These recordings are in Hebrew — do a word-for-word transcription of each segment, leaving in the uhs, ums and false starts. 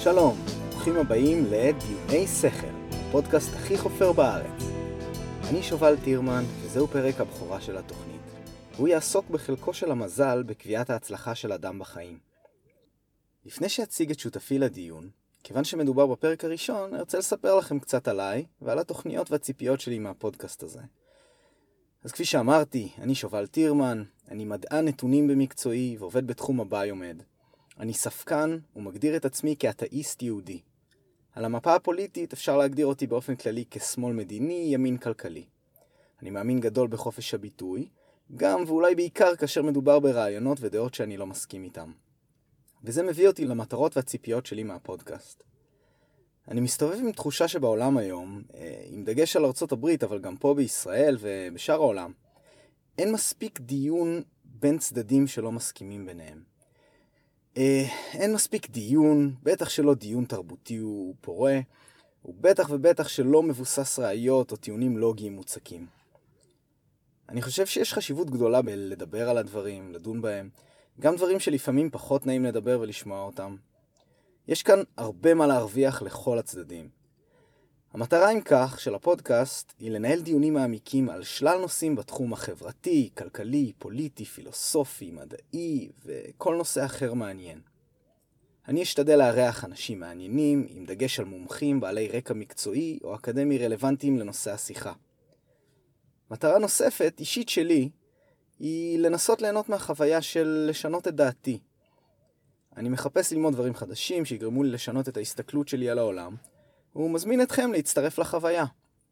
שלום, ברוכים הבאים לדיוני שכל, הפודקאסט הכי חופר בארץ. אני שובל טירמן, וזהו פרק הבכורה של התוכנית. הוא יעסוק בחלקו של המזל בקביעת ההצלחה של אדם בחיים. לפני שאציג את שותפי לדיון, כיוון שמדובר בפרק הראשון, ארצה לספר לכם קצת עליי ועל התוכניות והציפיות שלי מהפודקאסט הזה. אז כפי שאמרתי, אני שובל טירמן, אני מדען נתונים במקצועי ועובד בתחום הביומד. אני ספקן ומגדיר את עצמי כאתאיסט יהודי. על המפה הפוליטית אפשר להגדיר אותי באופן כללי כשמאל מדיני, ימין כלכלי. אני מאמין גדול בחופש הביטוי, גם ואולי בעיקר כאשר מדובר ברעיונות ודעות שאני לא מסכים איתם. וזה מביא אותי למטרות והציפיות שלי מהפודקאסט. אני מסתובב עם תחושה שבעולם היום, עם דגש על ארצות הברית, אבל גם פה בישראל ובשאר העולם, אין מספיק דיון בין צדדים שלא מסכימים ביניהם. אין מספיק דיון, בטח שלא דיון תרבותי ופורה, ובטח ובטח שלא מבוסס ראיות או טיעונים לוגיים מוצקים. אני חושב שיש חשיבות גדולה בלדבר על הדברים, לדון בהם, גם דברים שלפעמים פחות נעים לדבר ולשמוע אותם. יש כאן הרבה מה להרוויח לכל הצדדים. המטרה עם כך של הפודקאסט היא לנהל דיונים מעמיקים על שלל נושאים בתחום החברתי, כלכלי, פוליטי, פילוסופי, מדעי וכל נושא אחר מעניין. אני אשתדל לארח אנשים מעניינים עם דגש על מומחים בעלי רקע מקצועי או אקדמי רלוונטיים לנושא השיחה. מטרה נוספת, אישית שלי, היא לנסות ליהנות מהחוויה של לשנות את דעתי. אני מחפש ללמוד דברים חדשים שיגרמו לי לשנות את ההסתכלות שלי על העולם, הוא מזמין אתכם להצטרף לחוויה.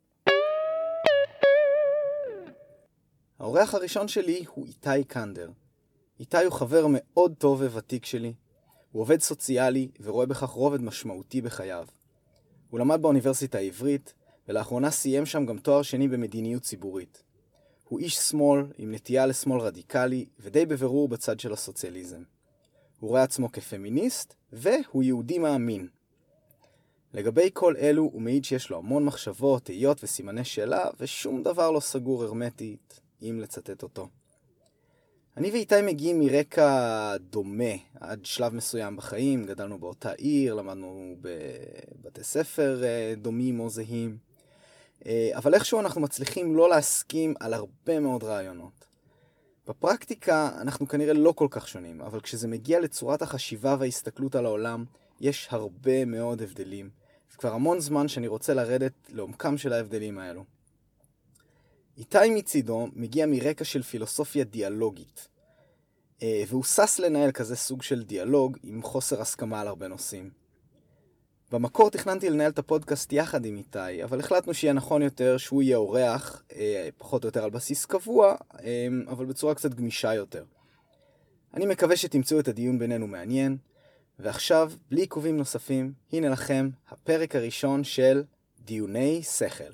האורח הראשון שלי הוא איתי קנדר. איתי הוא חבר מאוד טוב וותיק שלי. הוא עובד סוציאלי ורואה בכך רובד משמעותי בחייו. הוא למד באוניברסיטה העברית, ולאחרונה סיים שם גם תואר שני במדיניות ציבורית. הוא איש שמאל עם נטייה לשמאל רדיקלי ודי בבירור בצד של הסוציאליזם. הוא רואה עצמו כפמיניסט והוא יהודי מאמין. לגבי כל אלו הוא מעיד שיש לו המון מחשבות, תהיות וסימני שאלה, ושום דבר לא סגור הרמטית, אם לצטט אותו. אני ואיתי מגיעים מרקע דומה, עד שלב מסוים בחיים, גדלנו באותה עיר, למדנו בבתי ספר דומים או זהים, אבל איכשהו אנחנו מצליחים לא להסכים על הרבה מאוד רעיונות. בפרקטיקה אנחנו כנראה לא כל כך שונים, אבל כשזה מגיע לצורת החשיבה וההסתכלות על העולם, יש הרבה מאוד הבדלים. וכבר המון זמן שאני רוצה לרדת לעומקם של ההבדלים האלו. איתי מצידו מגיע מרקע של פילוסופיה דיאלוגית. והוא סס לנהל כזה סוג של דיאלוג עם חוסר הסכמה על הרבה נושאים. במקור תכננתי לנהל את הפודקאסט יחד עם איתי, אבל החלטנו שיהיה נכון יותר שהוא יהיה אורח, פחות או יותר על בסיס קבוע, אבל בצורה קצת גמישה יותר. אני מקווה שתמצאו את הדיון בינינו מעניין, ועכשיו, בלי עיכובים נוספים, הנה לכם הפרק הראשון של דיוני שכל.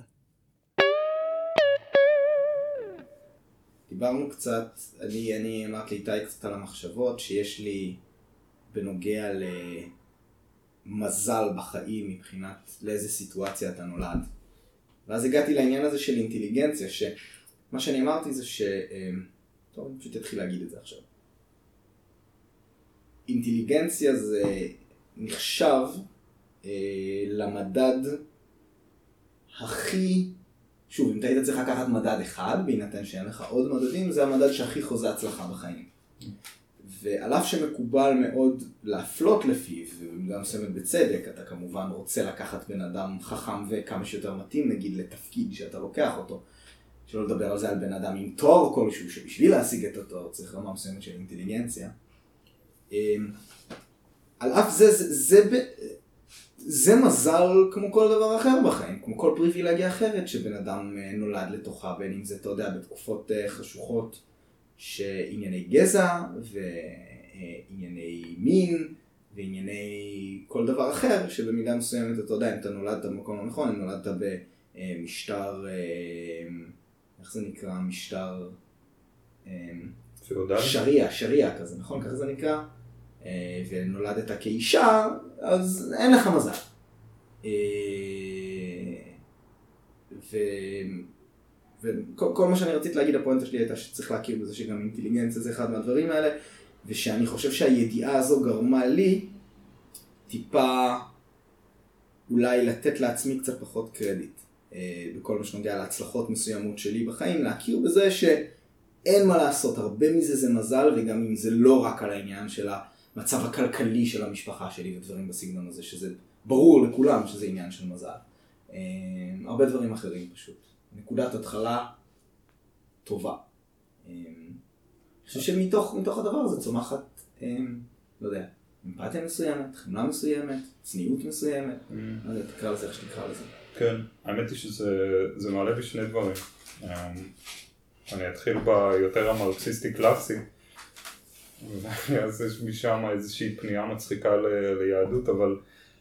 דיברנו קצת, אני, אני אמרתי לאיתי קצת על המחשבות שיש לי בנוגע למזל בחיים מבחינת לאיזה סיטואציה אתה נולד. ואז הגעתי לעניין הזה של אינטליגנציה, שמה שאני אמרתי זה ש... טוב, אני פשוט אתחיל להגיד את זה עכשיו. אינטליגנציה זה נחשב אה, למדד הכי, שוב, אם אתה היית צריך לקחת מדד אחד, בהינתן שאין לך עוד מדדים, זה המדד שהכי חוזה הצלחה בחיים. ועל אף שמקובל מאוד להפלות לפיו, ובמידה מסוימת בצדק, אתה כמובן רוצה לקחת בן אדם חכם וכמה שיותר מתאים, נגיד לתפקיד שאתה לוקח אותו, שלא לדבר על זה על בן אדם עם תואר כלשהו, שבשביל להשיג את התואר צריך רמה מסוימת של אינטליגנציה. על אף זה, זה, זה, זה, זה מזל כמו כל דבר אחר בחיים, כמו כל פריבילגיה אחרת שבן אדם נולד לתוכה, בין אם זה, אתה יודע, בתקופות חשוכות שענייני גזע וענייני מין וענייני כל דבר אחר, שבמידה מסוימת, אתה יודע, אם אתה נולדת במקום הנכון, אם נולדת במשטר, איך זה נקרא, משטר שריעה, שריעה כזה, נכון? ככה זה נקרא. ונולדת כאישה, אז אין לך מזל. וכל מה שאני רציתי להגיד, הפואנטה שלי הייתה שצריך להכיר בזה שגם אינטליגנציה זה אחד מהדברים האלה, ושאני חושב שהידיעה הזו גרמה לי טיפה אולי לתת לעצמי קצת פחות קרדיט בכל מה שנוגע להצלחות מסוימות שלי בחיים, להכיר בזה שאין מה לעשות, הרבה מזה זה מזל, וגם אם זה לא רק על העניין של המצב הכלכלי של המשפחה שלי ודברים בסגנון הזה, שזה ברור לכולם שזה עניין של מזל. הרבה דברים אחרים פשוט. נקודת התחלה טובה. אני חושב שמתוך מתוך הדבר הזה צומחת, לא יודע, אמפתיה מסוימת, חמלה מסוימת, צניעות מסוימת, לא יודע, תקרא לזה איך שתקרא לזה. כן, האמת היא שזה מעלה בשני דברים. אני אתחיל ביותר המרקסיסטי קלאסי, ואז יש משם איזושהי פנייה מצחיקה ליהדות, אבל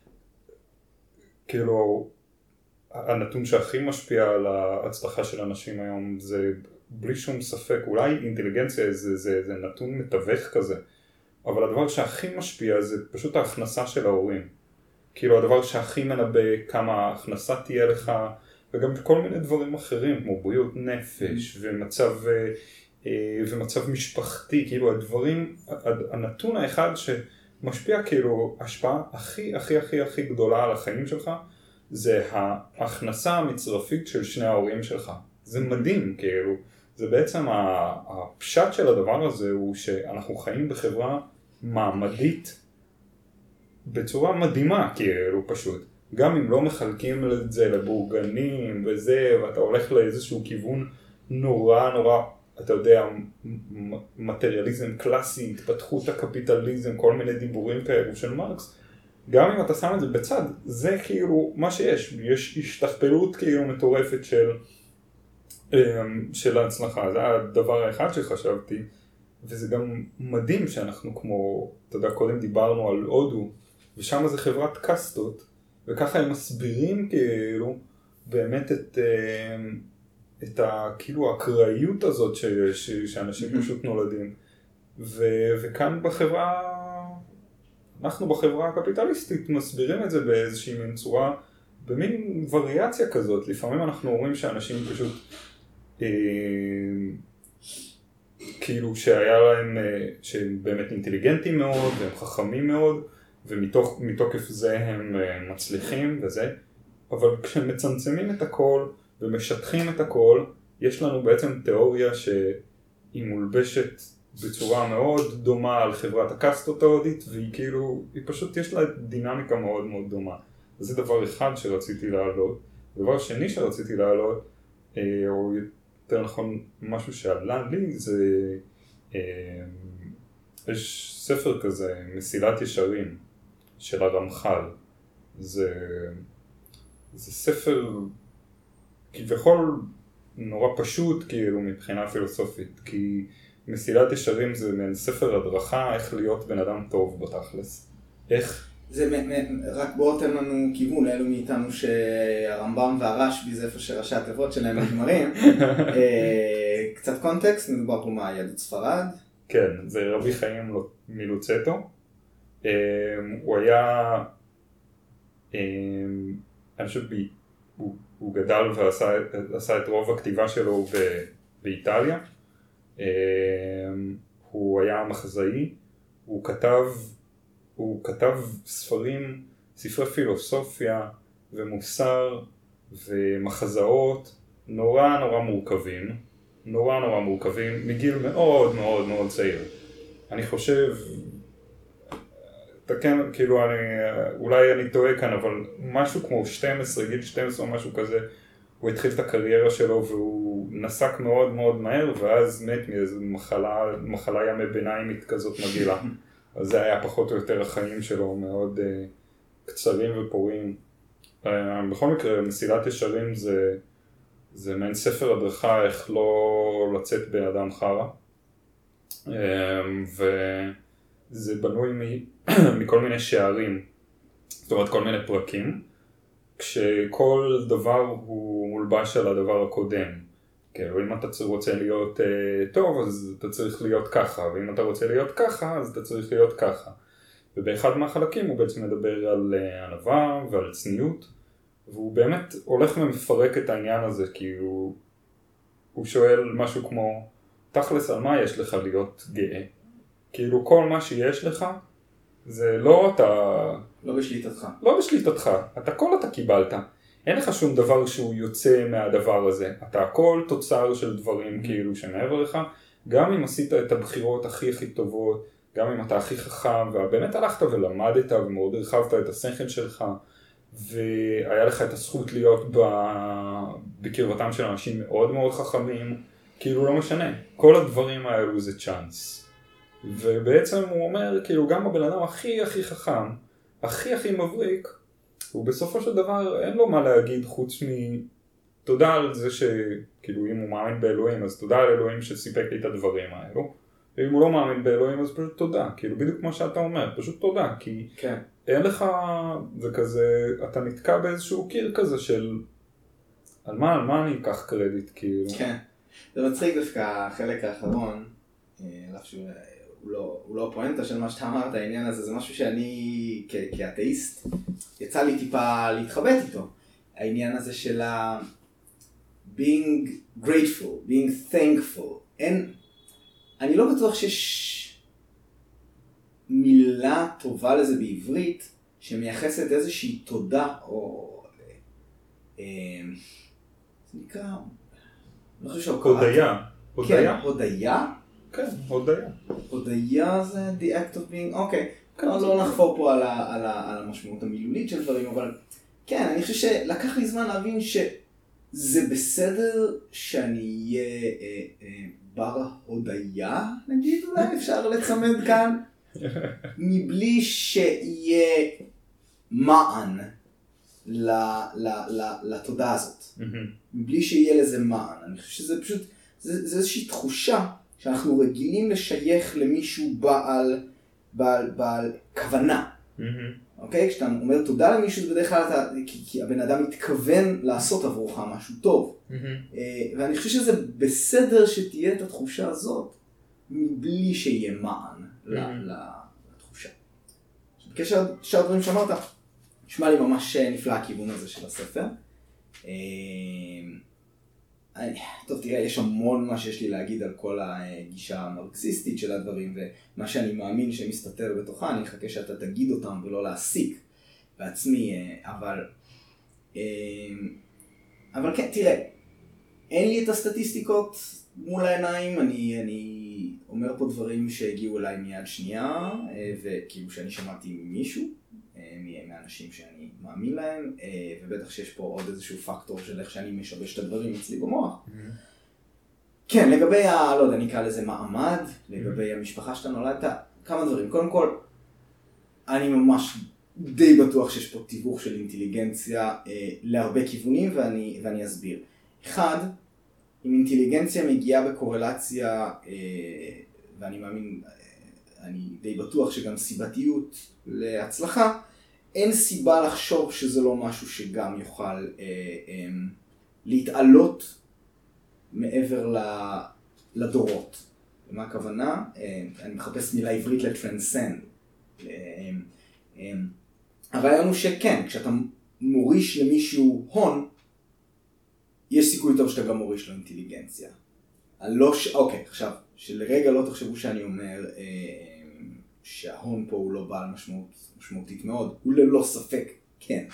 כאילו הנתון שהכי משפיע על ההצלחה של אנשים היום זה בלי שום ספק, אולי אינטליגנציה זה, זה, זה נתון מתווך כזה, אבל הדבר שהכי משפיע זה פשוט ההכנסה של ההורים. כאילו הדבר שהכי מנבא כמה הכנסה תהיה לך, וגם כל מיני דברים אחרים כמו בריאות נפש ומצב, ומצב משפחתי, כאילו הדברים, הנתון האחד שמשפיע כאילו השפעה הכי הכי הכי הכי גדולה על החיים שלך, זה ההכנסה המצרפית של שני ההורים שלך. זה מדהים, כאילו. זה בעצם הפשט של הדבר הזה הוא שאנחנו חיים בחברה מעמדית בצורה מדהימה, כאילו, פשוט. גם אם לא מחלקים את זה לבורגנים וזה, ואתה הולך לאיזשהו כיוון נורא נורא, אתה יודע, מטריאליזם קלאסי, התפתחות הקפיטליזם, כל מיני דיבורים כאלו של מרקס, גם אם אתה שם את זה בצד, זה כאילו מה שיש. יש השתכפלות כאילו מטורפת של, של ההצלחה. זה הדבר האחד שחשבתי, וזה גם מדהים שאנחנו כמו, אתה יודע, קודם דיברנו על הודו, ושם זה חברת קסטות, וככה הם מסבירים כאילו באמת את, את ה, כאילו האקראיות הזאת ש, ש, שאנשים פשוט נולדים. ו, וכאן בחברה, אנחנו בחברה הקפיטליסטית מסבירים את זה באיזושהי מין צורה, במין וריאציה כזאת. לפעמים אנחנו אומרים שאנשים פשוט, אה, כאילו שהיה להם, אה, שהם באמת אינטליגנטים מאוד, והם חכמים מאוד, ומתוקף זה הם אה, מצליחים וזה. אבל כשמצמצמים את הכל ומשטחים את הכל, יש לנו בעצם תיאוריה שהיא מולבשת בצורה מאוד דומה על חברת הקסטות ההודית, והיא כאילו, היא פשוט יש לה דינמיקה מאוד מאוד דומה. וזה דבר אחד שרציתי להעלות. דבר שני שרציתי להעלות, או יותר נכון משהו שעלה לי, זה יש ספר כזה, מסילת ישרים, של הרמח"ל. זה, זה ספר כביכול נורא פשוט כאילו מבחינה פילוסופית, כי מסילת ישרים זה מעין ספר הדרכה איך להיות בן אדם טוב בתכלס. איך? זה רק בוא תן לנו כיוון, לאלו מאיתנו שהרמב"ם והרשב"י זה איפה שראשי התיבות שלהם נגמרים. קצת קונטקסט, מדובר פה מה, יהדות ספרד? כן, זה רבי חיים מלוצטו. הוא היה, אני חושב, הוא, הוא גדל ועשה את רוב הכתיבה שלו באיטליה. הוא היה מחזאי, הוא כתב, הוא כתב ספרים, ספרי פילוסופיה ומוסר ומחזאות נורא נורא מורכבים, נורא נורא מורכבים מגיל מאוד מאוד מאוד צעיר. אני חושב, תקן, כאילו אני, אולי אני טועה כאן, אבל משהו כמו שתים עשרה, גיל שתים עשרה או משהו כזה, הוא התחיל את הקריירה שלו והוא נסק מאוד מאוד מהר, ואז מת מאיזו מחלה, מחלה ימי ביניימית כזאת מגעילה. אז זה היה פחות או יותר החיים שלו, מאוד uh, קצרים ופוריים. Uh, בכל מקרה, מסילת ישרים זה, זה מעין ספר הדרכה איך לא לצאת בן אדם חרא. Uh, וזה בנוי מ- מכל מיני שערים, זאת אומרת כל מיני פרקים, כשכל דבר הוא מולבש על הדבר הקודם. כאילו, אם אתה רוצה להיות uh, טוב, אז אתה צריך להיות ככה, ואם אתה רוצה להיות ככה, אז אתה צריך להיות ככה. ובאחד מהחלקים הוא בעצם מדבר על uh, ענווה ועל צניעות, והוא באמת הולך ומפרק את העניין הזה, כי הוא, הוא שואל משהו כמו, תכלס על מה יש לך להיות גאה? כאילו, כל מה שיש לך, זה לא אתה לא בשליטתך. לא בשליטתך, את הכל אתה קיבלת. אין לך שום דבר שהוא יוצא מהדבר הזה. אתה הכל תוצר של דברים כאילו שמעבר לך. גם אם עשית את הבחירות הכי הכי טובות, גם אם אתה הכי חכם, ובאמת הלכת ולמדת ומאוד הרחבת את השכל שלך, והיה לך את הזכות להיות בקרבתם של אנשים מאוד מאוד חכמים, כאילו לא משנה. כל הדברים האלו זה צ'אנס. ובעצם הוא אומר, כאילו גם הבן אדם הכי הכי חכם, הכי הכי מבריק, הוא בסופו של דבר אין לו מה להגיד חוץ מתודה על זה שכאילו אם הוא מאמין באלוהים אז תודה על אלוהים שסיפק לי את הדברים האלו, ואם הוא לא מאמין באלוהים אז פשוט תודה, כאילו בדיוק כמו שאתה אומר, פשוט תודה, כי כן. אין לך, זה כזה, אתה נתקע באיזשהו קיר כזה של על מה, על מה אני אקח קרדיט כאילו. כן, זה מצחיק דווקא החלק האחרון, אלף שהוא הוא לא, הוא לא הפואנטה של מה שאתה אמרת, העניין הזה, זה משהו שאני כ- כאתאיסט, יצא לי טיפה להתחבט איתו. העניין הזה של ה- being grateful, being thankful. אין, אני לא בטוח שיש מילה טובה לזה בעברית, שמייחסת איזושהי תודה, או... אה, זה נקרא... אני חושב שהוקרת... הודיה. כן, הודיה. כן, הודיה. הודיה זה the act of being, אוקיי. לא נחפור פה על המשמעות המילולית של דברים, אבל כן, אני חושב שלקח לי זמן להבין שזה בסדר שאני אהיה בר הודיה, נגיד, אולי אפשר לצמד כאן, מבלי שיהיה מען לתודה הזאת. מבלי שיהיה לזה מען. אני חושב שזה פשוט, זה איזושהי תחושה שאנחנו רגילים לשייך למישהו בעל, בעל, בעל כוונה. אוקיי? כשאתה אומר תודה למישהו, זה בדרך כלל אתה, כי, כי הבן אדם מתכוון לעשות עבורך משהו טוב. ואני חושב שזה בסדר שתהיה את התחושה הזאת, מבלי שיהיה מען לתחושה. בקשר לשאר הדברים שאמרת, נשמע לי ממש נפלא הכיוון הזה של הספר. טוב, תראה, יש המון מה שיש לי להגיד על כל הגישה המרקסיסטית של הדברים, ומה שאני מאמין שמסתתר בתוכה, אני אחכה שאתה תגיד אותם ולא להסיק בעצמי, אבל... אבל כן, תראה, אין לי את הסטטיסטיקות מול העיניים, אני, אני אומר פה דברים שהגיעו אליי מיד שנייה, וכאילו שאני שמעתי ממישהו, מאנשים שאני מאמין להם, ובטח שיש פה עוד איזשהו פקטור של איך שאני משבש את הדברים אצלי במוח. כן, לגבי ה... לא יודע, נקרא לזה מעמד, לגבי המשפחה שאתה נולדת, כמה דברים. קודם כל, אני ממש די בטוח שיש פה תיווך של אינטליגנציה להרבה כיוונים, ואני, ואני אסביר. אחד, אם אינטליגנציה מגיעה בקורלציה, ואני מאמין, אני די בטוח שגם סיבתיות להצלחה, אין סיבה לחשוב שזה לא משהו שגם יוכל אה, אה, להתעלות מעבר ל, לדורות. למה הכוונה? אה, אני מחפש מילה עברית לטרנסנד. אה, אה, הרעיון הוא שכן, כשאתה מוריש למישהו הון, יש סיכוי טוב שאתה גם מוריש לו אינטליגנציה. לא ש... אוקיי, עכשיו, שלרגע לא תחשבו שאני אומר... אה, שההון פה הוא לא בעל משמעות, משמעותית מאוד, הוא ללא ספק, כן.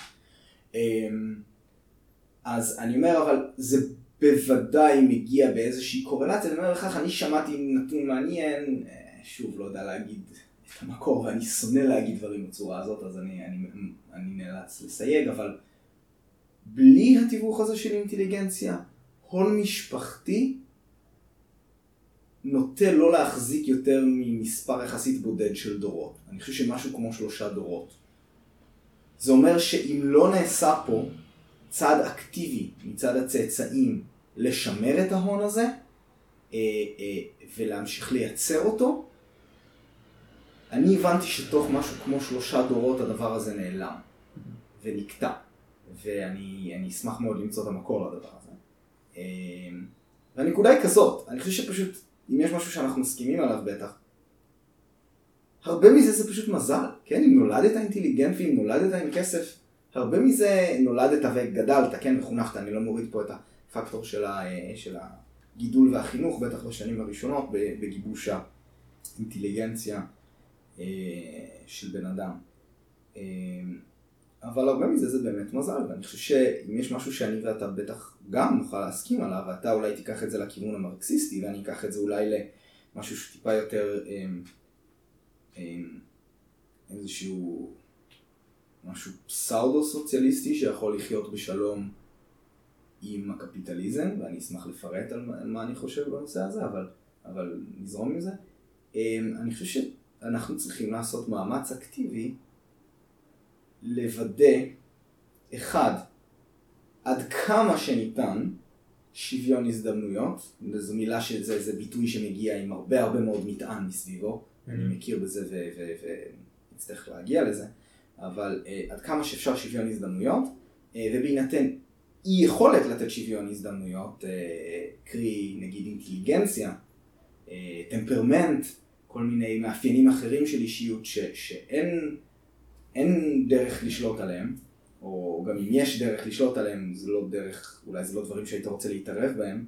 אז אני אומר, אבל זה בוודאי מגיע באיזושהי קורלציה, אני אומר לכך, אני שמעתי נתון מעניין, שוב, לא יודע להגיד את המקור, ואני שונא להגיד דברים בצורה הזאת, אז אני, אני, אני נאלץ לסייג, אבל בלי התיווך הזה של אינטליגנציה, הון משפחתי, נוטה לא להחזיק יותר ממספר יחסית בודד של דורות. אני חושב שמשהו כמו שלושה דורות. זה אומר שאם לא נעשה פה צעד אקטיבי מצד הצאצאים לשמר את ההון הזה, ולהמשיך לייצר אותו, אני הבנתי שתוך משהו כמו שלושה דורות הדבר הזה נעלם ונקטע. ואני אני אשמח מאוד למצוא את המקור לדבר הזה. והנקודה היא כזאת, אני חושב שפשוט אם יש משהו שאנחנו מסכימים עליו בטח, הרבה מזה זה פשוט מזל, כן? אם נולדת אינטליגנט ואם נולדת עם כסף, הרבה מזה נולדת וגדלת, כן? וחונכת, אני לא מוריד פה את הפקטור של, ה, של הגידול והחינוך, בטח בשנים הראשונות, בגיבוש האינטליגנציה של בן אדם. אבל הרבה מזה זה באמת מזל, ואני חושב שאם יש משהו שאני ואתה בטח גם נוכל להסכים עליו, ואתה אולי תיקח את זה לכיוון המרקסיסטי, ואני אקח את זה אולי למשהו שטיפה יותר אמ, אמ, איזשהו משהו פסאודו-סוציאליסטי שיכול לחיות בשלום עם הקפיטליזם, ואני אשמח לפרט על מה, על מה אני חושב בנושא הזה, אבל, אבל נזרום עם זה. אמ, אני חושב שאנחנו צריכים לעשות מאמץ אקטיבי לוודא, אחד, עד כמה שניתן שוויון הזדמנויות, זו מילה שזה זה ביטוי שמגיע עם הרבה הרבה מאוד מטען מסביבו, mm-hmm. אני מכיר בזה ונצטרך להגיע לזה, אבל uh, עד כמה שאפשר שוויון הזדמנויות, uh, ובהינתן אי יכולת לתת שוויון הזדמנויות, uh, קרי נגיד אינטליגנציה, uh, טמפרמנט, כל מיני מאפיינים אחרים של אישיות ש, שאין אין דרך לשלוט עליהם, או גם אם יש דרך לשלוט עליהם, זה לא דרך, אולי זה לא דברים שהיית רוצה להתערב בהם,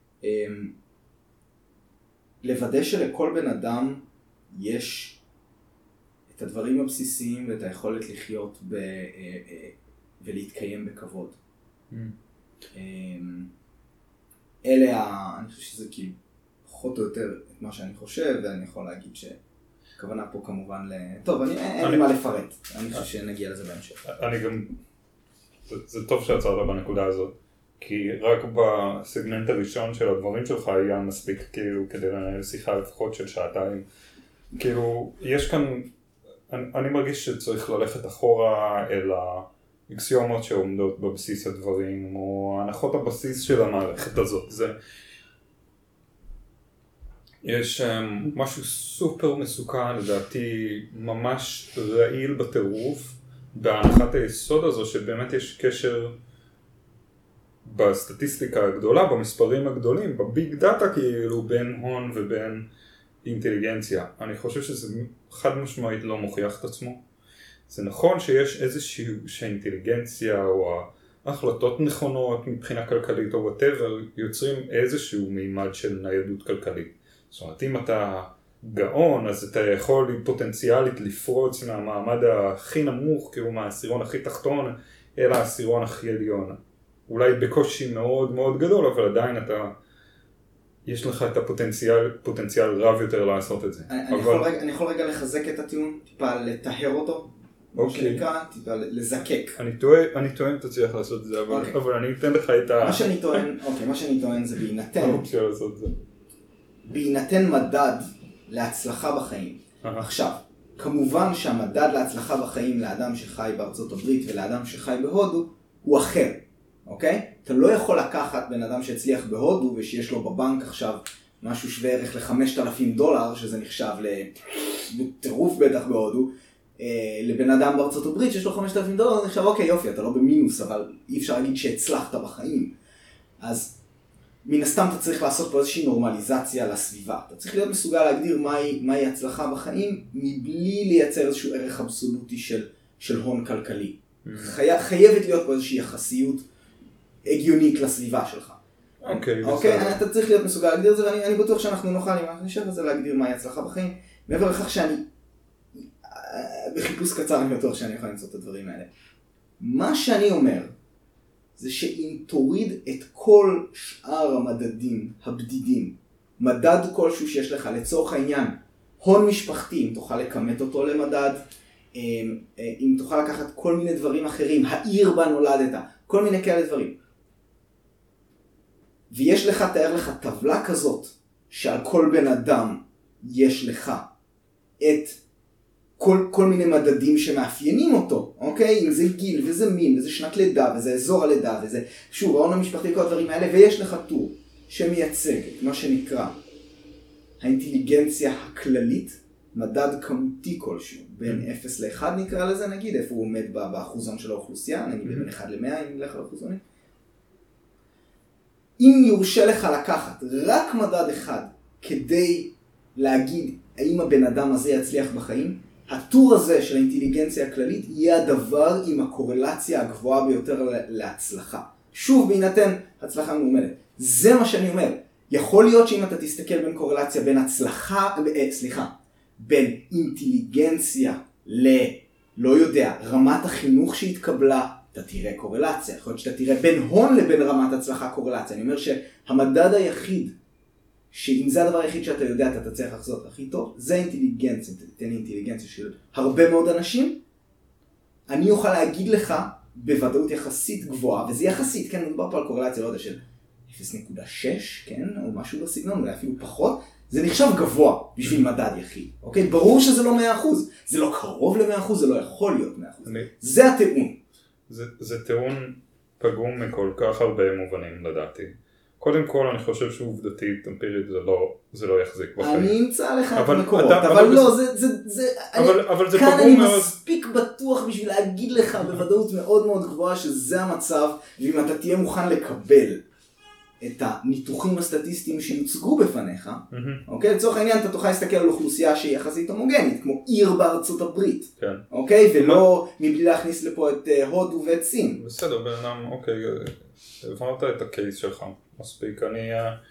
לוודא שלכל בן אדם יש את הדברים הבסיסיים ואת היכולת לחיות ב, ולהתקיים בכבוד. Mm. אלה, אני חושב שזה כאילו פחות או יותר את מה שאני חושב, ואני יכול להגיד ש... הכוונה פה כמובן ל... טוב, אני, אין לי מה לפרט, אני חושב שנגיע לזה בהמשך. אני גם... זה, זה טוב שעצרת בנקודה הזאת, כי רק בסגמנט הראשון של הדברים שלך היה מספיק כאילו כדי לנהל שיחה לפחות של שעתיים. כאילו, יש כאן... אני, אני מרגיש שצריך ללכת אחורה אל האקסיומות שעומדות בבסיס הדברים, או הנחות הבסיס של המערכת הזאת. זה... יש um, משהו סופר מסוכן, לדעתי ממש רעיל בטירוף, בהנחת היסוד הזו שבאמת יש קשר בסטטיסטיקה הגדולה, במספרים הגדולים, בביג דאטה כאילו, בין הון ובין אינטליגנציה. אני חושב שזה חד משמעית לא מוכיח את עצמו. זה נכון שיש איזושהי אינטליגנציה או החלטות נכונות מבחינה כלכלית או whatever, יוצרים איזשהו מימד של ניידות כלכלית. זאת אומרת, אם אתה גאון, אז אתה יכול פוטנציאלית לפרוץ מהמעמד הכי נמוך, כאילו מהעשירון הכי תחתון, אל העשירון הכי עליון. אולי בקושי מאוד מאוד גדול, אבל עדיין אתה, יש לך את הפוטנציאל, פוטנציאל רב יותר לעשות את זה. אני, אבל... אני, יכול רגע, אני יכול רגע לחזק את הטיעון, טיפה לטהר אותו, אוקיי. שנקרא, טיפה לזקק. אני טועה, אני טועה אם תצליח לעשות את זה, אבל, אוקיי. אבל אני אתן לך את ה... מה שאני טוען, אוקיי, מה שאני טוען זה בהינתן... האופציה לעשות את זה. בהינתן מדד להצלחה בחיים. עכשיו, כמובן שהמדד להצלחה בחיים לאדם שחי בארצות הברית ולאדם שחי בהודו הוא אחר, אוקיי? אתה לא יכול לקחת בן אדם שהצליח בהודו ושיש לו בבנק עכשיו משהו שווה ערך ל-חמשת אלפים דולר, שזה נחשב לטירוף בטח בהודו, לבן אדם בארצות הברית שיש לו חמשת אלפים דולר, זה נחשב אוקיי יופי, אתה לא במינוס, אבל אי אפשר להגיד שהצלחת בחיים. אז מן הסתם אתה צריך לעשות פה איזושהי נורמליזציה לסביבה. אתה צריך להיות מסוגל להגדיר מהי, מהי הצלחה בחיים, מבלי לייצר איזשהו ערך אבסולוטי של, של הון כלכלי. Mm-hmm. חי, חייבת להיות פה איזושהי יחסיות הגיונית לסביבה שלך. אוקיי, okay, אוקיי, בסדר. אתה צריך להיות מסוגל להגדיר את זה, ואני אני בטוח שאנחנו נוכל, אם אנחנו נשאר לזה, להגדיר מהי הצלחה בחיים. מעבר לכך שאני, בחיפוש קצר אני בטוח שאני יכול למצוא את הדברים האלה. מה שאני אומר, זה שאם תוריד את כל שאר המדדים הבדידים, מדד כלשהו שיש לך, לצורך העניין, הון משפחתי, אם תוכל לקמת אותו למדד, אם תוכל לקחת כל מיני דברים אחרים, העיר בה נולדת, כל מיני כאלה דברים. ויש לך, תאר לך טבלה כזאת, שעל כל בן אדם יש לך את כל, כל מיני מדדים שמאפיינים אותו, אוקיי? אם זה גיל וזה מין וזה שנת לידה וזה אזור הלידה וזה, שוב, ההון המשפחתי וכל הדברים האלה, ויש לך טור שמייצג את מה שנקרא האינטליגנציה הכללית, מדד כמותי כלשהו, בין אפס ל-אחד נקרא לזה, נגיד, איפה הוא עומד באחוזון של האוכלוסייה, נגיד בין אחד ל-מאה, אם נלך על האחוזונים. אם יורשה לך לקחת רק מדד אחד כדי להגיד האם הבן אדם הזה יצליח בחיים, הטור הזה של האינטליגנציה הכללית יהיה הדבר עם הקורלציה הגבוהה ביותר להצלחה. שוב, בהינתן הצלחה מועמדת. זה מה שאני אומר. יכול להיות שאם אתה תסתכל בין קורלציה בין הצלחה, אה, סליחה, בין אינטליגנציה לא יודע, רמת החינוך שהתקבלה, אתה תראה קורלציה. יכול להיות שאתה תראה בין הון לבין רמת הצלחה קורלציה. אני אומר שהמדד היחיד, שאם זה הדבר היחיד שאתה יודע, אתה תצליח לחזות הכי טוב, זה אינטליגנציה. אתה תתן לי אינטליגנציה של הרבה מאוד אנשים. אני אוכל להגיד לך בוודאות יחסית גבוהה, וזה יחסית, כן, מדובר פה על קורלציה, לא יודע, של אפס נקודה שש, כן, או משהו בסגנון, אולי אפילו פחות. זה נחשב גבוה בשביל מדד יחיד, אוקיי? ברור שזה לא מאה אחוז. זה לא קרוב ל-מאה אחוז, זה לא יכול להיות מאה אחוז. זה הטיעון. זה, זה טיעון פגום מכל כך הרבה מובנים לדעתי. קודם כל אני חושב שעובדתית, אמפירית, זה לא, זה לא יחזיק בחיים. אני אמצא לך את המקורות, אתה, אבל, אבל לא, זה, זה, זה, אבל, אני, אבל זה כאן פגום אני מאוד. מספיק בטוח בשביל להגיד לך בוודאות מאוד מאוד גבוהה שזה המצב, ואם אתה תהיה מוכן לקבל את הניתוחים הסטטיסטיים שיוצגו בפניך, mm-hmm. אוקיי? לצורך העניין אתה תוכל להסתכל על אוכלוסייה שהיא יחסית הומוגנית, כמו עיר בארצות הברית, כן. אוקיי? ולא מבלי להכניס לפה את uh, הודו ואת סין. בסדר, בן אדם, אוקיי, הבנת את הקייס שלך, מספיק, אני...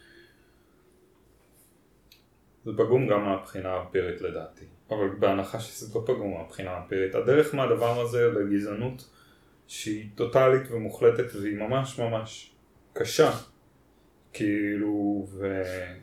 זה פגום גם מהבחינה האמפירית לדעתי, אבל בהנחה שזה לא פגום מהבחינה האמפירית, הדרך מהדבר הזה לגזענות שהיא טוטלית ומוחלטת והיא ממש ממש קשה, כאילו, ו...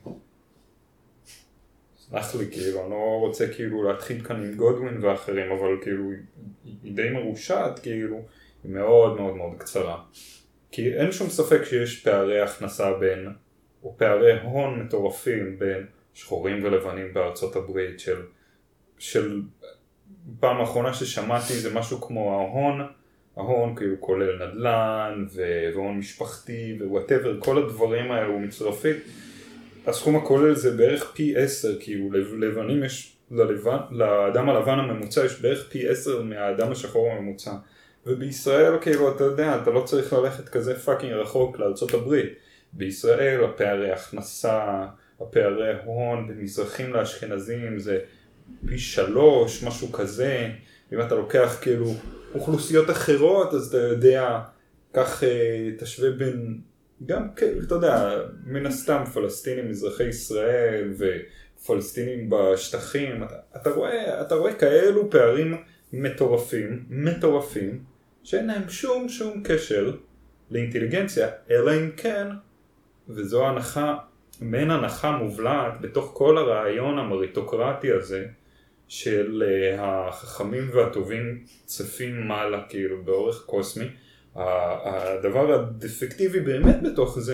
סלח לי, כאילו, אני לא רוצה כאילו להתחיל כאן עם גודווין ואחרים, אבל כאילו, היא די מרושעת, כאילו, היא מאוד מאוד מאוד קצרה. כי אין שום ספק שיש פערי הכנסה בין, או פערי הון מטורפים בין שחורים ולבנים בארצות הברית, של, של פעם האחרונה ששמעתי זה משהו כמו ההון, ההון כאילו כולל נדל"ן והון משפחתי ווואטאבר, כל הדברים האלו מצרפים. הסכום הכולל זה בערך פי עשר, כאילו לבנים יש, ללבן, לאדם הלבן הממוצע יש בערך פי עשר מהאדם השחור הממוצע. ובישראל כאילו אתה יודע, אתה לא צריך ללכת כזה פאקינג רחוק לארצות הברית. בישראל הפערי הכנסה, הפערי הון בין מזרחים לאשכנזים זה פי שלוש, משהו כזה. אם אתה לוקח כאילו אוכלוסיות אחרות, אז אתה יודע, כך תשווה בין, גם כאילו, אתה יודע, מן הסתם פלסטינים מזרחי ישראל ופלסטינים בשטחים, אתה, אתה רואה, אתה רואה כאלו פערים מטורפים, מטורפים, שאין להם שום שום קשר לאינטליגנציה, אלא אם כן, וזו הנחה, מעין הנחה מובלעת בתוך כל הרעיון המריטוקרטי הזה, של החכמים והטובים צפים מעלה כאילו באורך קוסמי. הדבר הדפקטיבי באמת בתוך זה,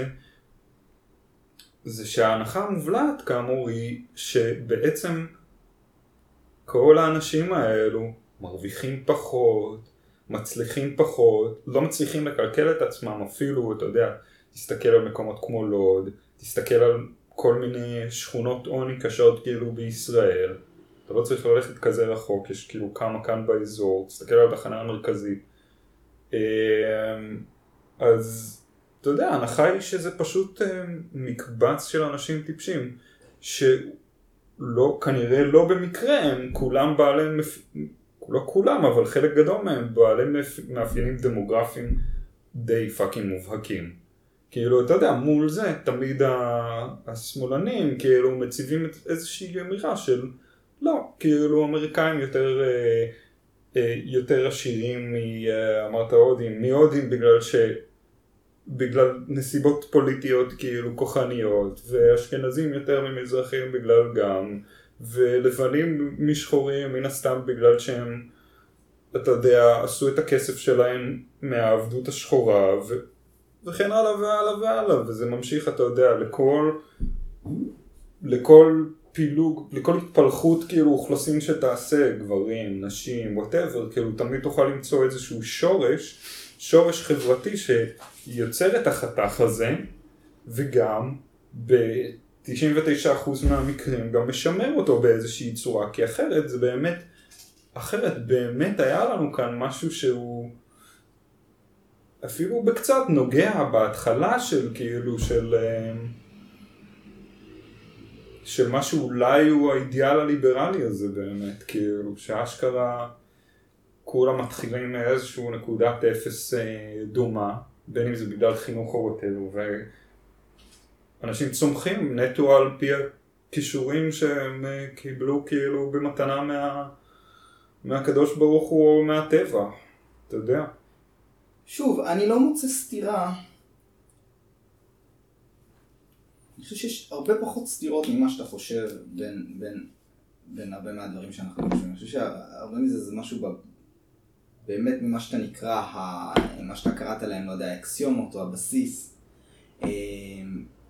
זה שההנחה המובלעת כאמור היא שבעצם כל האנשים האלו מרוויחים פחות, מצליחים פחות, לא מצליחים לקלקל את עצמם אפילו, אתה יודע, תסתכל על מקומות כמו לוד, תסתכל על כל מיני שכונות עוני קשות כאילו בישראל, אתה לא צריך ללכת כזה רחוק, יש כאילו כמה כאן באזור, תסתכל על התחנה המרכזית. אז אתה יודע, ההנחה היא שזה פשוט מקבץ של אנשים טיפשים, שלא, כנראה לא במקרה הם כולם בעלי, לא כולם, אבל חלק גדול מהם בעלי מאפיינים דמוגרפיים די פאקינג מובהקים. כאילו, אתה יודע, מול זה תמיד השמאלנים כאילו מציבים איזושהי אמירה של לא, כאילו אמריקאים יותר, אה, אה, יותר עשירים מ, אה, אמרת הודים, מהודים בגלל ש... בגלל נסיבות פוליטיות כאילו כוחניות, ואשכנזים יותר ממזרחים בגלל גם, ולבנים משחורים מן הסתם בגלל שהם, אתה יודע, עשו את הכסף שלהם מהעבדות השחורה, ו... וכן הלאה והלאה והלאה, וזה ממשיך, אתה יודע, לכל, לכל פילוג, לכל התפלחות כאילו אוכלוסין שתעשה, גברים, נשים, whatever, כאילו תמיד תוכל למצוא איזשהו שורש, שורש חברתי שיוצר את החתך הזה, וגם ב-תשעים ותשעה אחוז מהמקרים גם משמר אותו באיזושהי צורה, כי אחרת זה באמת, אחרת באמת היה לנו כאן משהו שהוא אפילו בקצת נוגע בהתחלה של כאילו של של מה שאולי הוא האידיאל הליברלי הזה באמת, כאילו שאשכרה כולם מתחילים מאיזשהו נקודת אפס דומה, בין אם זה בגלל חינוך או וטלו, ואנשים צומחים נטו על פי הכישורים שהם קיבלו כאילו במתנה מה, מהקדוש ברוך הוא או מהטבע, אתה יודע. שוב, אני לא מוצא סתירה. אני חושב שיש הרבה פחות סתירות ממה שאתה חושב בין, בין, בין הרבה מהדברים שאנחנו חושבים. אני חושב שהרבה מזה זה משהו ב... באמת ממה שאתה נקרא, ה... מה שאתה קראת להם, לא יודע, האקסיומות או הבסיס. אני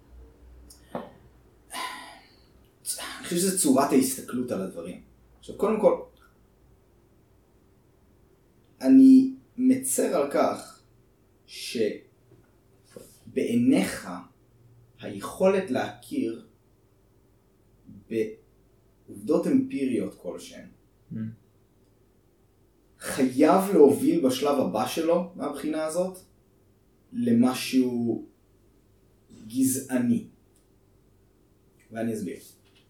חושב שזה צורת ההסתכלות על הדברים. עכשיו, קודם כל, אני מצר על כך שבעיניך היכולת להכיר בעובדות אמפיריות כלשהן mm. חייב להוביל בשלב הבא שלו מהבחינה הזאת למשהו גזעני. ואני אסביר.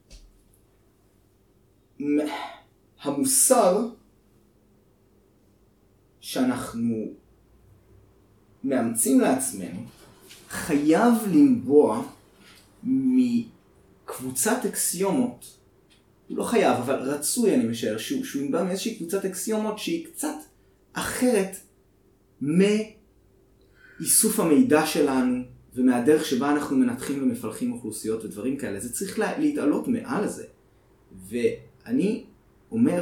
המוסר שאנחנו מאמצים לעצמנו חייב לנבוע מקבוצת אקסיומות, הוא לא חייב, אבל רצוי אני משער, שהוא, שהוא ינבע מאיזושהי קבוצת אקסיומות שהיא קצת אחרת מאיסוף המידע שלנו ומהדרך שבה אנחנו מנתחים ומפלחים אוכלוסיות ודברים כאלה. זה צריך לה, להתעלות מעל זה. ואני אומר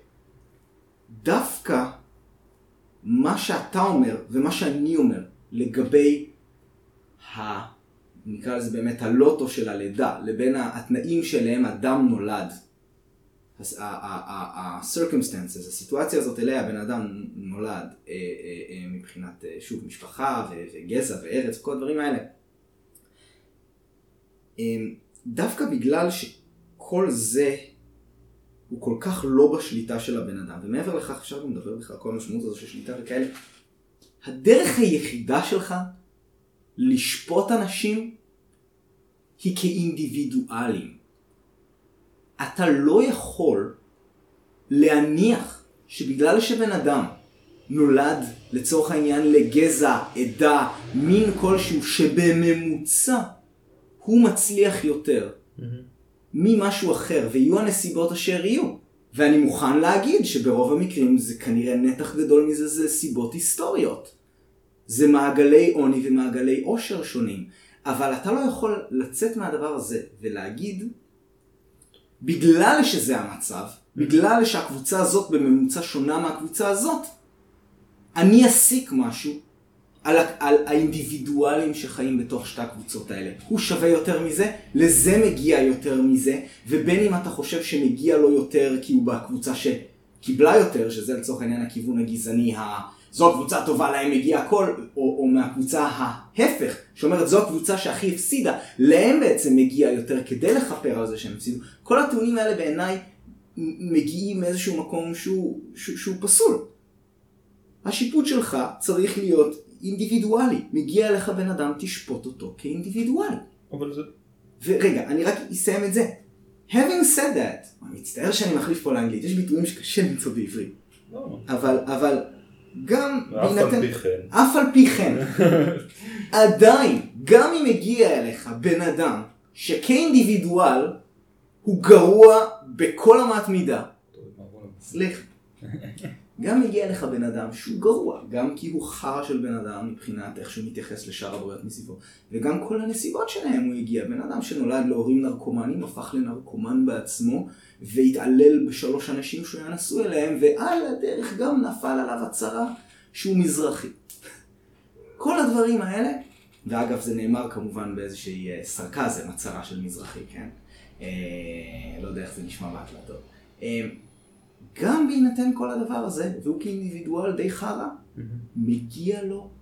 שדווקא מה שאתה אומר ומה שאני אומר לגבי ה... נקרא לזה באמת הלוטו של הלידה, לבין התנאים שלהם אדם נולד. ה-circumstances, הסיטואציה הזאת אליה בן אדם נולד מבחינת שוב משפחה וגזע וארץ וכל הדברים האלה. דווקא בגלל שכל זה הוא כל כך לא בשליטה של הבן אדם, ומעבר לכך אפשר גם לדבר בכלל כל המשמעות הזו של שליטה וכאלה, הדרך היחידה שלך לשפוט אנשים היא כאינדיבידואלים. אתה לא יכול להניח שבגלל שבן אדם נולד לצורך העניין לגזע, עדה, מין כלשהו שבממוצע הוא מצליח יותר mm-hmm. ממשהו אחר, ויהיו הנסיבות אשר יהיו. ואני מוכן להגיד שברוב המקרים זה כנראה נתח גדול מזה, זה סיבות היסטוריות. זה מעגלי עוני ומעגלי עושר שונים. אבל אתה לא יכול לצאת מהדבר הזה ולהגיד, בגלל שזה המצב, בגלל שהקבוצה הזאת בממוצע שונה מהקבוצה הזאת, אני אסיק משהו על, על האינדיבידואלים שחיים בתוך שתי הקבוצות האלה. הוא שווה יותר מזה, לזה מגיע יותר מזה, ובין אם אתה חושב שמגיע לו יותר כי הוא בקבוצה שקיבלה יותר, שזה לצורך העניין הכיוון הגזעני, זו הקבוצה טובה להם מגיע הכל, או, או מהקבוצה ההפך, שאומרת זו הקבוצה שהכי הפסידה, להם בעצם מגיע יותר כדי לחפר על זה שהם הפסידו. כל הטיעונים האלה בעיניי מגיעים מאיזשהו מקום שהוא, שהוא, שהוא פסול. השיפוט שלך צריך להיות אינדיבידואלי. מגיע לך בן אדם, תשפוט אותו כאינדיבידואלי. אבל זה... ורגע, אני רק אסיים את זה. Having said that, אני מצטער שאני מחליף פה לאנגלית, יש ביטויים שקשה למצוא בעברית. לא. אבל, אבל... גם אף על פי כן. אף על פי כן. עדיין, גם אם מגיע אליך בן אדם שכאינדיבידואל הוא גרוע בכל אמת מידה. סליחה. גם מגיע אליך בן אדם שהוא גרוע, גם כי הוא חרא של בן אדם מבחינת איך שהוא מתייחס לשאר הבריות מסביבו, וגם כל הנסיבות שלהם הוא הגיע. בן אדם שנולד להורים נרקומנים, הפך לנרקומן בעצמו, והתעלל בשלוש אנשים שהוא היה נשוי אליהם, ועל הדרך גם נפל עליו הצרה שהוא מזרחי. כל הדברים האלה, ואגב זה נאמר כמובן באיזושהי סרקזם, הצרה של מזרחי, כן? אה, לא יודע איך זה נשמע בהקלטות. אה, גם בהינתן כל הדבר הזה, והוא כאינדיבידואל די חרא, mm-hmm. מגיע לו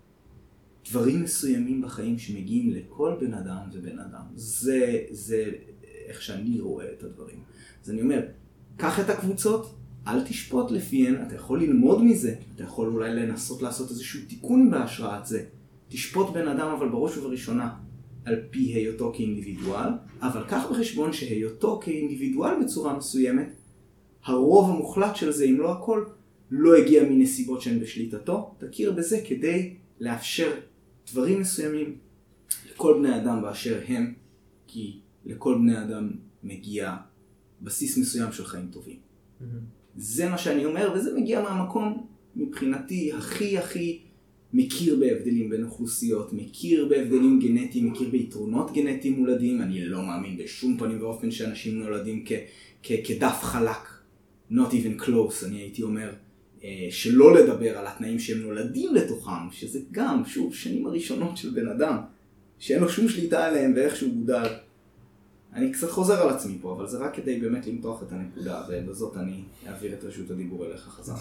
דברים מסוימים בחיים שמגיעים לכל בן אדם ובן אדם. זה, זה איך שאני רואה את הדברים. אז אני אומר, קח את הקבוצות, אל תשפוט לפיהן, אתה יכול ללמוד מזה, אתה יכול אולי לנסות לעשות איזשהו תיקון בהשראת זה. תשפוט בן אדם, אבל בראש ובראשונה, על פי היותו כאינדיבידואל, אבל קח בחשבון שהיותו כאינדיבידואל בצורה מסוימת, הרוב המוחלט של זה, אם לא הכל, לא הגיע מנסיבות שהן בשליטתו. תכיר בזה כדי לאפשר דברים מסוימים לכל בני אדם באשר הם, כי לכל בני אדם מגיע בסיס מסוים של חיים טובים. Mm-hmm. זה מה שאני אומר, וזה מגיע מהמקום מבחינתי הכי הכי מכיר בהבדלים בין אוכלוסיות, מכיר בהבדלים גנטיים, מכיר ביתרונות גנטיים מולדים. אני לא מאמין בשום פנים ואופן שאנשים נולדים כ- כ- כדף חלק, not even close. אני הייתי אומר שלא לדבר על התנאים שהם נולדים לתוכם, שזה גם, שוב, שנים הראשונות של בן אדם, שאין לו שום שליטה עליהם ואיך שהוא גודל. אני קצת חוזר על עצמי פה, אבל זה רק כדי באמת למתוח את הנקודה, ובזאת אני אעביר את רשות הדיבור אליך חזרה.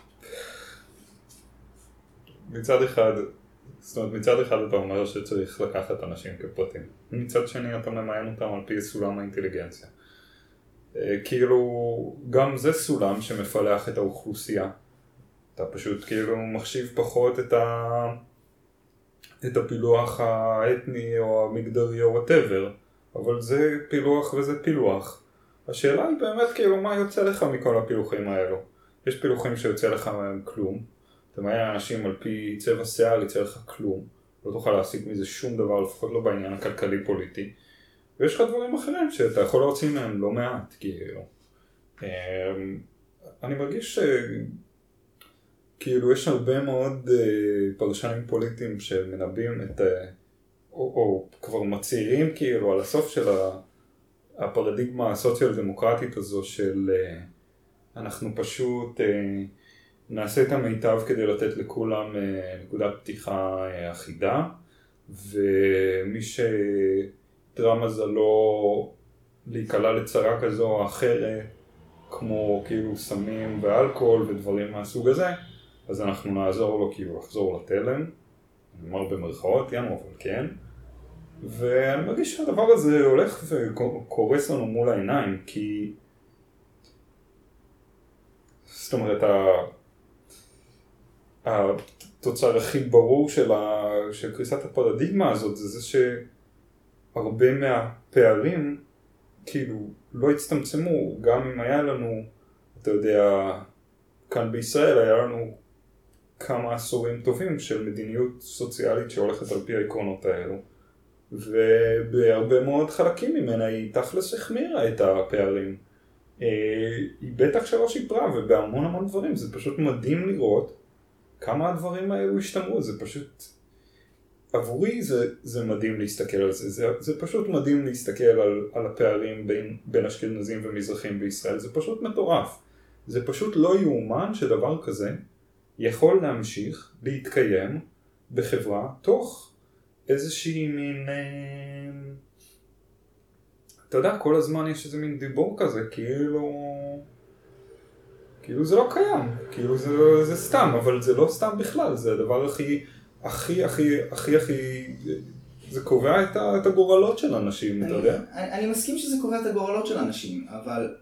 מצד אחד, זאת אומרת, מצד אחד אתה אומר שצריך לקחת אנשים כפרטים. מצד שני אתה ממיין אותם על פי סולם האינטליגנציה. כאילו, גם זה סולם שמפלח את האוכלוסייה. אתה פשוט כאילו מחשיב פחות את, ה... את הפילוח האתני או המגדרי או whatever, אבל זה פילוח וזה פילוח. השאלה היא באמת כאילו מה יוצא לך מכל הפילוחים האלו. יש פילוחים שיוצא לך מהם כלום. אתה מעניין אנשים על פי צבע שיער יצא לך כלום. לא תוכל להשיג מזה שום דבר, לפחות לא בעניין הכלכלי-פוליטי. ויש לך דברים אחרים שאתה יכול להוציא מהם לא מעט, כאילו. אני מרגיש שכאילו יש הרבה מאוד פרשנים פוליטיים שמנבאים את, או, או כבר מצהירים כאילו על הסוף של הפרדיגמה הסוציאל-דמוקרטית הזו של אנחנו פשוט נעשה את המיטב כדי לתת לכולם נקודת פתיחה אחידה, ומי ש... דרמה זה לא להיקלה לצרה כזו או אחרת, כמו כאילו סמים ואלכוהול ודברים מהסוג הזה, אז אנחנו נעזור לו כאילו לחזור לתלם, אני אומר במרכאות, יאנו, אבל כן. ואני מרגיש שהדבר הזה הולך וקורס לנו מול העיניים, כי זאת אומרת, התוצר הכי ברור של, ה... של קריסת הפרדיגמה הזאת זה זה ש... הרבה מהפערים כאילו לא הצטמצמו, גם אם היה לנו, אתה יודע, כאן בישראל היה לנו כמה עשורים טובים של מדיניות סוציאלית שהולכת על פי העקרונות האלו, ובהרבה מאוד חלקים ממנה היא תכלס החמירה את הפערים. היא בטח שלא שיפרה, ובהמון המון דברים זה פשוט מדהים לראות כמה הדברים האלו השתמרו. זה פשוט עבורי זה, זה מדהים להסתכל על זה. זה, זה פשוט מדהים להסתכל על, על הפערים בין, בין אשכנזים ומזרחים בישראל. זה פשוט מטורף. זה פשוט לא יאומן שדבר כזה יכול להמשיך להתקיים בחברה תוך איזושהי מין... אתה יודע, כל הזמן יש איזה מין דיבור כזה, כאילו... כאילו זה לא קיים. כאילו זה, זה סתם, אבל זה לא סתם בכלל. זה הדבר הכי... הכי, הכי, הכי, הכי, זה קובע את, ה, את הגורלות של אנשים, אתה יודע? אני, אני מסכים שזה קובע את הגורלות של אנשים, אבל...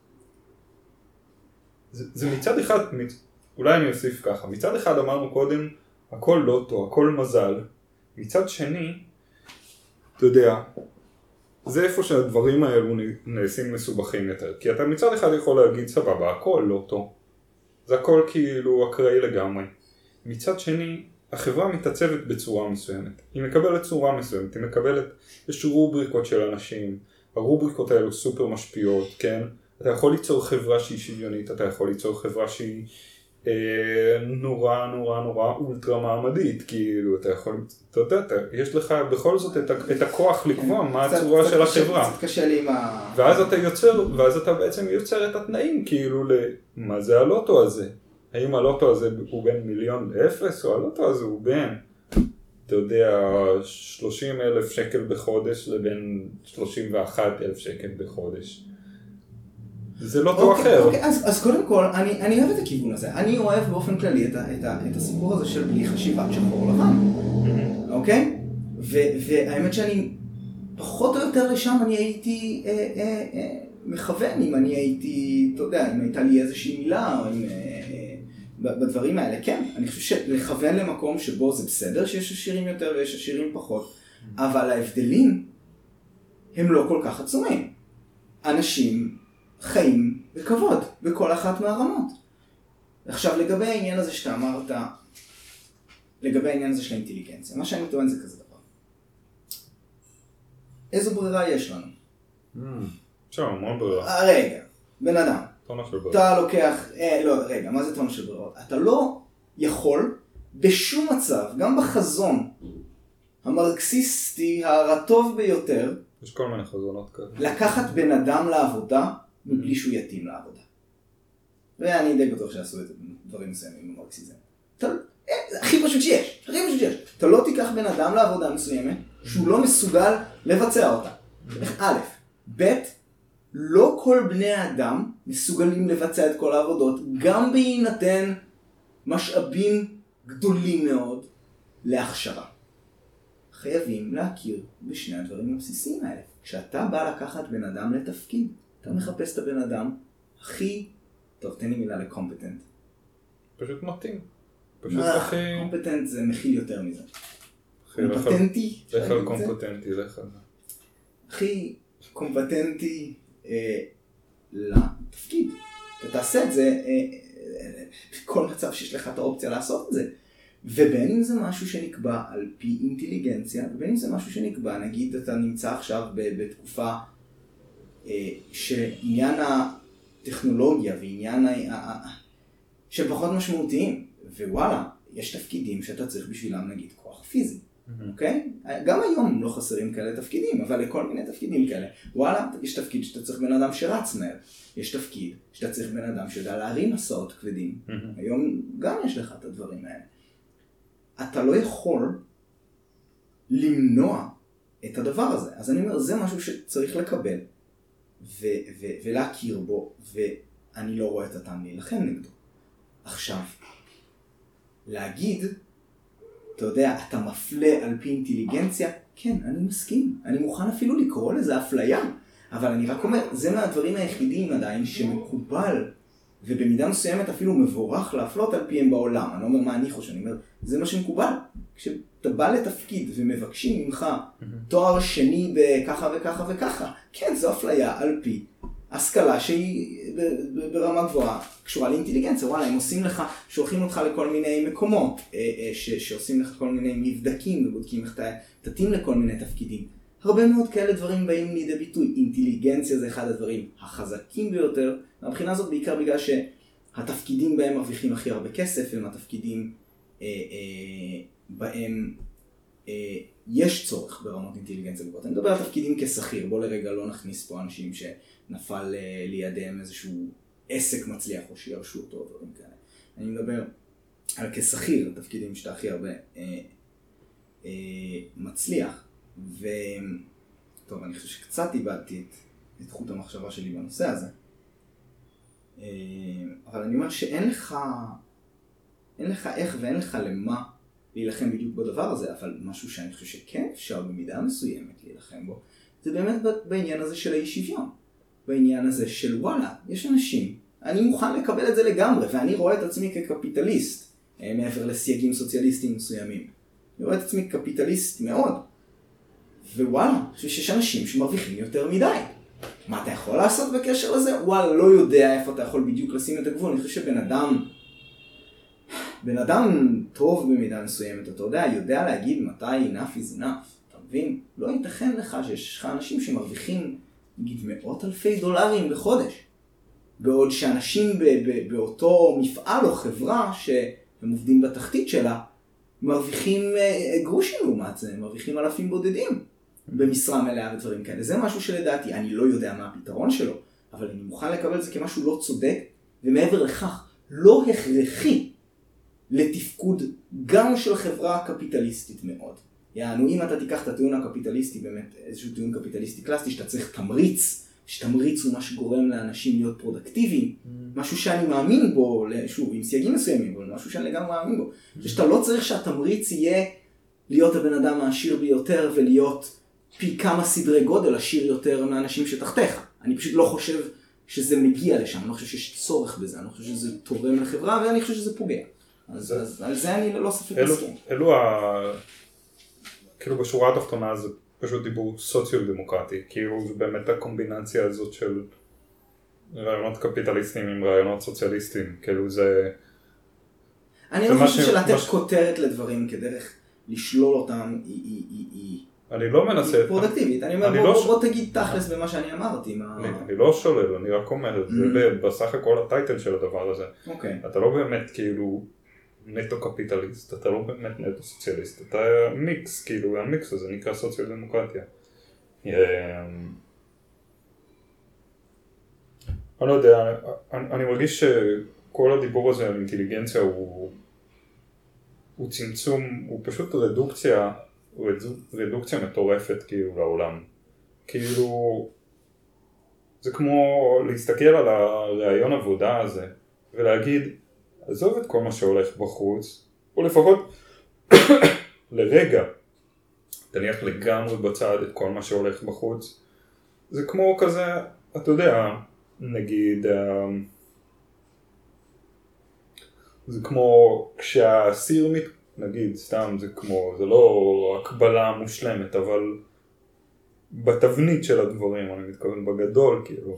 זה, זה מצד אחד, אולי אני אוסיף ככה, מצד אחד אמרנו קודם, הכל לוטו, הכל מזל, מצד שני, אתה יודע, זה איפה שהדברים האלו נעשים מסובכים יותר, כי אתה מצד אחד יכול להגיד, סבבה, הכל לוטו, זה הכל כאילו אקראי לגמרי. מצד שני, החברה מתעצבת בצורה מסוימת. היא מקבלת צורה מסוימת, היא מקבלת, יש רובריקות של אנשים, הרובריקות האלו סופר משפיעות, כן? אתה יכול ליצור חברה שהיא שוויונית, אתה יכול ליצור חברה שהיא אה, נורא נורא נורא אולטרה מעמדית, כאילו אתה יכול, אתה יודע, אתה, יש לך בכל זאת את, את הכוח לקבוע מה הצורה של החברה. קצת קשה לי עם ה... ואז אתה יוצר, ואז אתה בעצם יוצר את התנאים, כאילו למה זה הלוטו הזה. האם הלוטו הזה הוא בין מיליון לאפס, או הלוטו הזה הוא בין, אתה יודע, שלושים אלף שקל בחודש לבין שלושים ואחת אלף שקל בחודש. זה לוטו אוקיי, אחר. אוקיי, אז, אז קודם כל, אני, אני אוהב את הכיוון הזה. אני אוהב באופן כללי את, ה, את, ה, את הסיפור הזה של בלי חשיבת שחור לבן. אוקיי? ו, והאמת שאני פחות או יותר לשם אני הייתי אה, אה, אה, מכוון, אם אני הייתי, אתה יודע, אם הייתה לי איזושהי מילה, או אם... אה, בדברים האלה, כן, אני חושב שלכוון למקום שבו זה בסדר שיש עשירים יותר ויש עשירים פחות, אבל ההבדלים הם לא כל כך עצומים. אנשים חיים בכבוד בכל אחת מהרמות. עכשיו, לגבי העניין הזה שאתה אמרת, לגבי העניין הזה של האינטליגנציה, מה שאני טוען זה כזה דבר. איזו ברירה יש לנו? עכשיו, מה ברירה? רגע, בן אדם, טונה של ברירות. אתה לוקח, אה, לא, רגע, מה זה טונה של ברירות? אתה לא יכול בשום מצב, גם בחזון המרקסיסטי הרטוב ביותר, יש כל מיני חזונות כאלה. לקחת בן אדם לעבודה מבלי שהוא יתאים לעבודה. ואני די בטוח שעשו את דברים מסוימים במרקסיזם. אתה, אה, זה הכי פשוט שיש, הכי פשוט שיש. אתה לא תיקח בן אדם לעבודה מסוימת שהוא לא מסוגל לבצע אותה. א', ב', לא כל בני האדם מסוגלים לבצע את כל העבודות, גם בהינתן משאבים גדולים מאוד להכשרה. חייבים להכיר בשני הדברים הבסיסיים האלה. כשאתה בא לקחת בן אדם לתפקיד, אתה מחפש את הבן אדם הכי, טוב, תן לי מילה לקומפטנט. פשוט מתאים. פשוט הכי... קומפטנט זה מכיל יותר מזה. קומפטנטי. לך על קומפטנטי, לך על זה. הכי קומפטנטי אה, לתפקיד. אתה תעשה את זה אה, אה, בכל מצב שיש לך את האופציה לעשות את זה. ובין אם זה משהו שנקבע על פי אינטליגנציה, ובין אם זה משהו שנקבע, נגיד אתה נמצא עכשיו בתקופה אה, שעניין הטכנולוגיה ועניין ה... שפחות משמעותיים, ווואלה, יש תפקידים שאתה צריך בשבילם נגיד כוח פיזי, אוקיי? גם היום לא חסרים כאלה תפקידים, אבל לכל מיני תפקידים כאלה. וואלה, יש תפקיד שאתה צריך בן אדם שרץ מהר, יש תפקיד שאתה צריך בן אדם שיודע להרים מסעות כבדים, היום גם יש לך את הדברים האלה. אתה לא יכול למנוע את הדבר הזה. אז אני אומר, זה משהו שצריך לקבל ו- ו- ולהכיר בו, ואני לא רואה את הטעם להילחם נגדו. עכשיו, להגיד, אתה יודע, אתה מפלה על פי אינטליגנציה, כן, אני מסכים. אני מוכן אפילו לקרוא לזה אפליה, אבל אני רק אומר, זה מהדברים היחידים עדיין שמקובל, ובמידה מסוימת אפילו מבורך להפלות על פיהם בעולם. אני לא אומר מה אני חושב, אני אומר, זה מה שמקובל. כשאתה בא לתפקיד ומבקשים ממך תואר שני בככה וככה וככה, כן, זו אפליה על פי השכלה שהיא ברמה גבוהה, קשורה לאינטליגנציה. וואלה, הם עושים לך, שולחים אותך לכל מיני מקומות, שעושים לך כל מיני מבדקים ובודקים איך אתה תתאים לכל מיני תפקידים. הרבה מאוד כאלה דברים באים לידי ביטוי. אינטליגנציה זה אחד הדברים החזקים ביותר, מהבחינה הזאת בעיקר בגלל שהתפקידים בהם מרוויחים הכי הרבה כסף, הם התפקידים אה, אה, בהם אה, יש צורך ברמות אינטליגנציה גבוהות. אני מדבר על תפקידים כשכיר, בוא לרגע לא נכניס פה אנשים שנפל אה, לידיהם איזשהו עסק מצליח או שירשו אותו או דברים כאלה. אני מדבר על כשכיר, תפקידים שאתה הכי הרבה אה, אה, מצליח. וטוב, אני חושב שקצת איבדתי את, את חוט המחשבה שלי בנושא הזה. אבל אני אומר שאין לך, אין לך איך ואין לך למה להילחם בדיוק בדבר הזה, אבל משהו שאני חושב שכן אפשר במידה מסוימת להילחם בו, זה באמת בעניין הזה של האי שוויון. בעניין הזה של וואלה, יש אנשים, אני מוכן לקבל את זה לגמרי, ואני רואה את עצמי כקפיטליסט, מעבר לסייגים סוציאליסטיים מסוימים. אני רואה את עצמי כקפיטליסט מאוד. ווואלה, אני חושב שיש אנשים שמרוויחים יותר מדי. מה אתה יכול לעשות בקשר לזה? וואלה, לא יודע איפה אתה יכול בדיוק לשים את הגבול. אני חושב שבן אדם, בן אדם טוב במידה מסוימת, אתה יודע, יודע להגיד מתי enough is enough. אתה מבין? לא ייתכן לך שיש לך אנשים שמרוויחים, נגיד, מאות אלפי דולרים בחודש. בעוד שאנשים ב- ב- באותו מפעל או חברה שהם עובדים בתחתית שלה, מרוויחים גרושים לעומת זה, מרוויחים אלפים בודדים במשרה מלאה ודברים כאלה. זה משהו שלדעתי, אני לא יודע מה הפתרון שלו, אבל אני מוכן לקבל את זה כמשהו לא צודק, ומעבר לכך, לא הכרחי לתפקוד גם של חברה קפיטליסטית מאוד. יענו, אם אתה תיקח את הטיעון הקפיטליסטי, באמת איזשהו טיעון קפיטליסטי קלאסי, שאתה צריך תמריץ, שתמריץ הוא מה שגורם לאנשים להיות פרודקטיביים, משהו שאני מאמין בו, שוב, עם סייגים מסוימים, אבל משהו שאני לגמרי מאמין בו. זה שאתה לא צריך שהתמריץ יהיה להיות הבן אדם העשיר ביותר, ולהיות פי כמה סדרי גודל עשיר יותר מהאנשים שתחתיך. אני פשוט לא חושב שזה מגיע לשם, אני לא חושב שיש צורך בזה, אני לא חושב שזה תורם לחברה, ואני חושב שזה פוגע. אז, אז על זה אני לא ספק מסכים. אלו ה... כאילו בשורה התחתונה זה פשוט דיבור סוציאל-דמוקרטי, כאילו זה באמת הקומבינציה הזאת של רעיונות קפיטליסטיים עם רעיונות סוציאליסטיים, כאילו זה... אני לא חושב שלתת כותרת לדברים כדרך לשלול אותם היא... אני לא מנסה... היא פרודקטיבית, אני אומר בוא תגיד תכלס במה שאני אמרתי. אני לא שולל, אני רק אומר, זה בסך הכל הטייטל של הדבר הזה. אתה לא באמת כאילו נטו קפיטליסט, אתה לא באמת נטו סוציאליסט, אתה מיקס, כאילו המיקס הזה נקרא סוציאל דמוקרטיה. אני לא יודע, אני מרגיש שכל הדיבור הזה על אינטליגנציה הוא הוא צמצום, הוא פשוט רדוקציה, רדוקציה מטורפת כאילו לעולם. כאילו, זה כמו להסתכל על הרעיון עבודה הזה ולהגיד, עזוב את כל מה שהולך בחוץ, או לפחות לרגע, תניח לגמרי בצד את כל מה שהולך בחוץ. זה כמו כזה, אתה יודע, נגיד, זה כמו כשהסיר מת... נגיד, סתם זה כמו, זה לא הקבלה מושלמת, אבל בתבנית של הדברים, אני מתכוון בגדול, כאילו.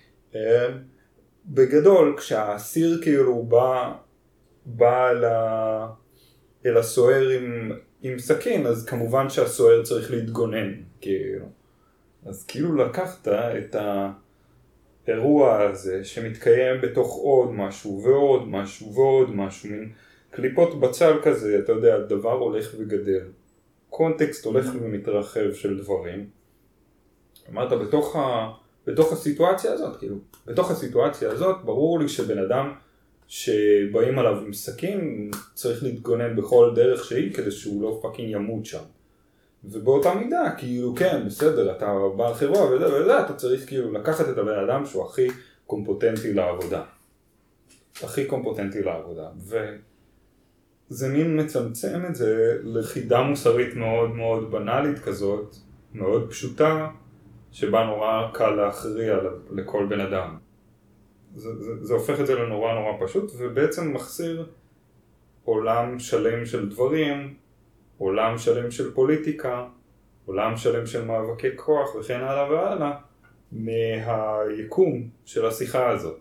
בגדול, כשהסיר כאילו בא, בא אל, ה... אל הסוער עם, עם סכין, אז כמובן שהסוער צריך להתגונן, כאילו. אז כאילו לקחת את ה... אירוע הזה שמתקיים בתוך עוד משהו ועוד משהו ועוד משהו, מין קליפות בצל כזה, אתה יודע, דבר הולך וגדל, קונטקסט הולך ומתרחב של דברים. אמרת, בתוך, ה, בתוך הסיטואציה הזאת, כאילו, בתוך הסיטואציה הזאת ברור לי שבן אדם שבאים עליו עם סכין צריך להתגונן בכל דרך שהיא כדי שהוא לא פאקינג ימות שם. ובאותה מידה, כאילו, כן, בסדר, אתה בעל חברה וזה וזה, אתה צריך כאילו לקחת את הבן אדם שהוא הכי קומפוטנטי לעבודה. הכי קומפוטנטי לעבודה. וזה מין מצמצם את זה לחידה מוסרית מאוד מאוד בנאלית כזאת, מאוד פשוטה, שבה נורא קל להכריע לכל בן אדם. זה, זה, זה הופך את זה לנורא נורא פשוט, ובעצם מחסיר עולם שלם של דברים, עולם שלם של פוליטיקה, עולם שלם של מאבקי כוח וכן הלאה והלאה, מהיקום של השיחה הזאת.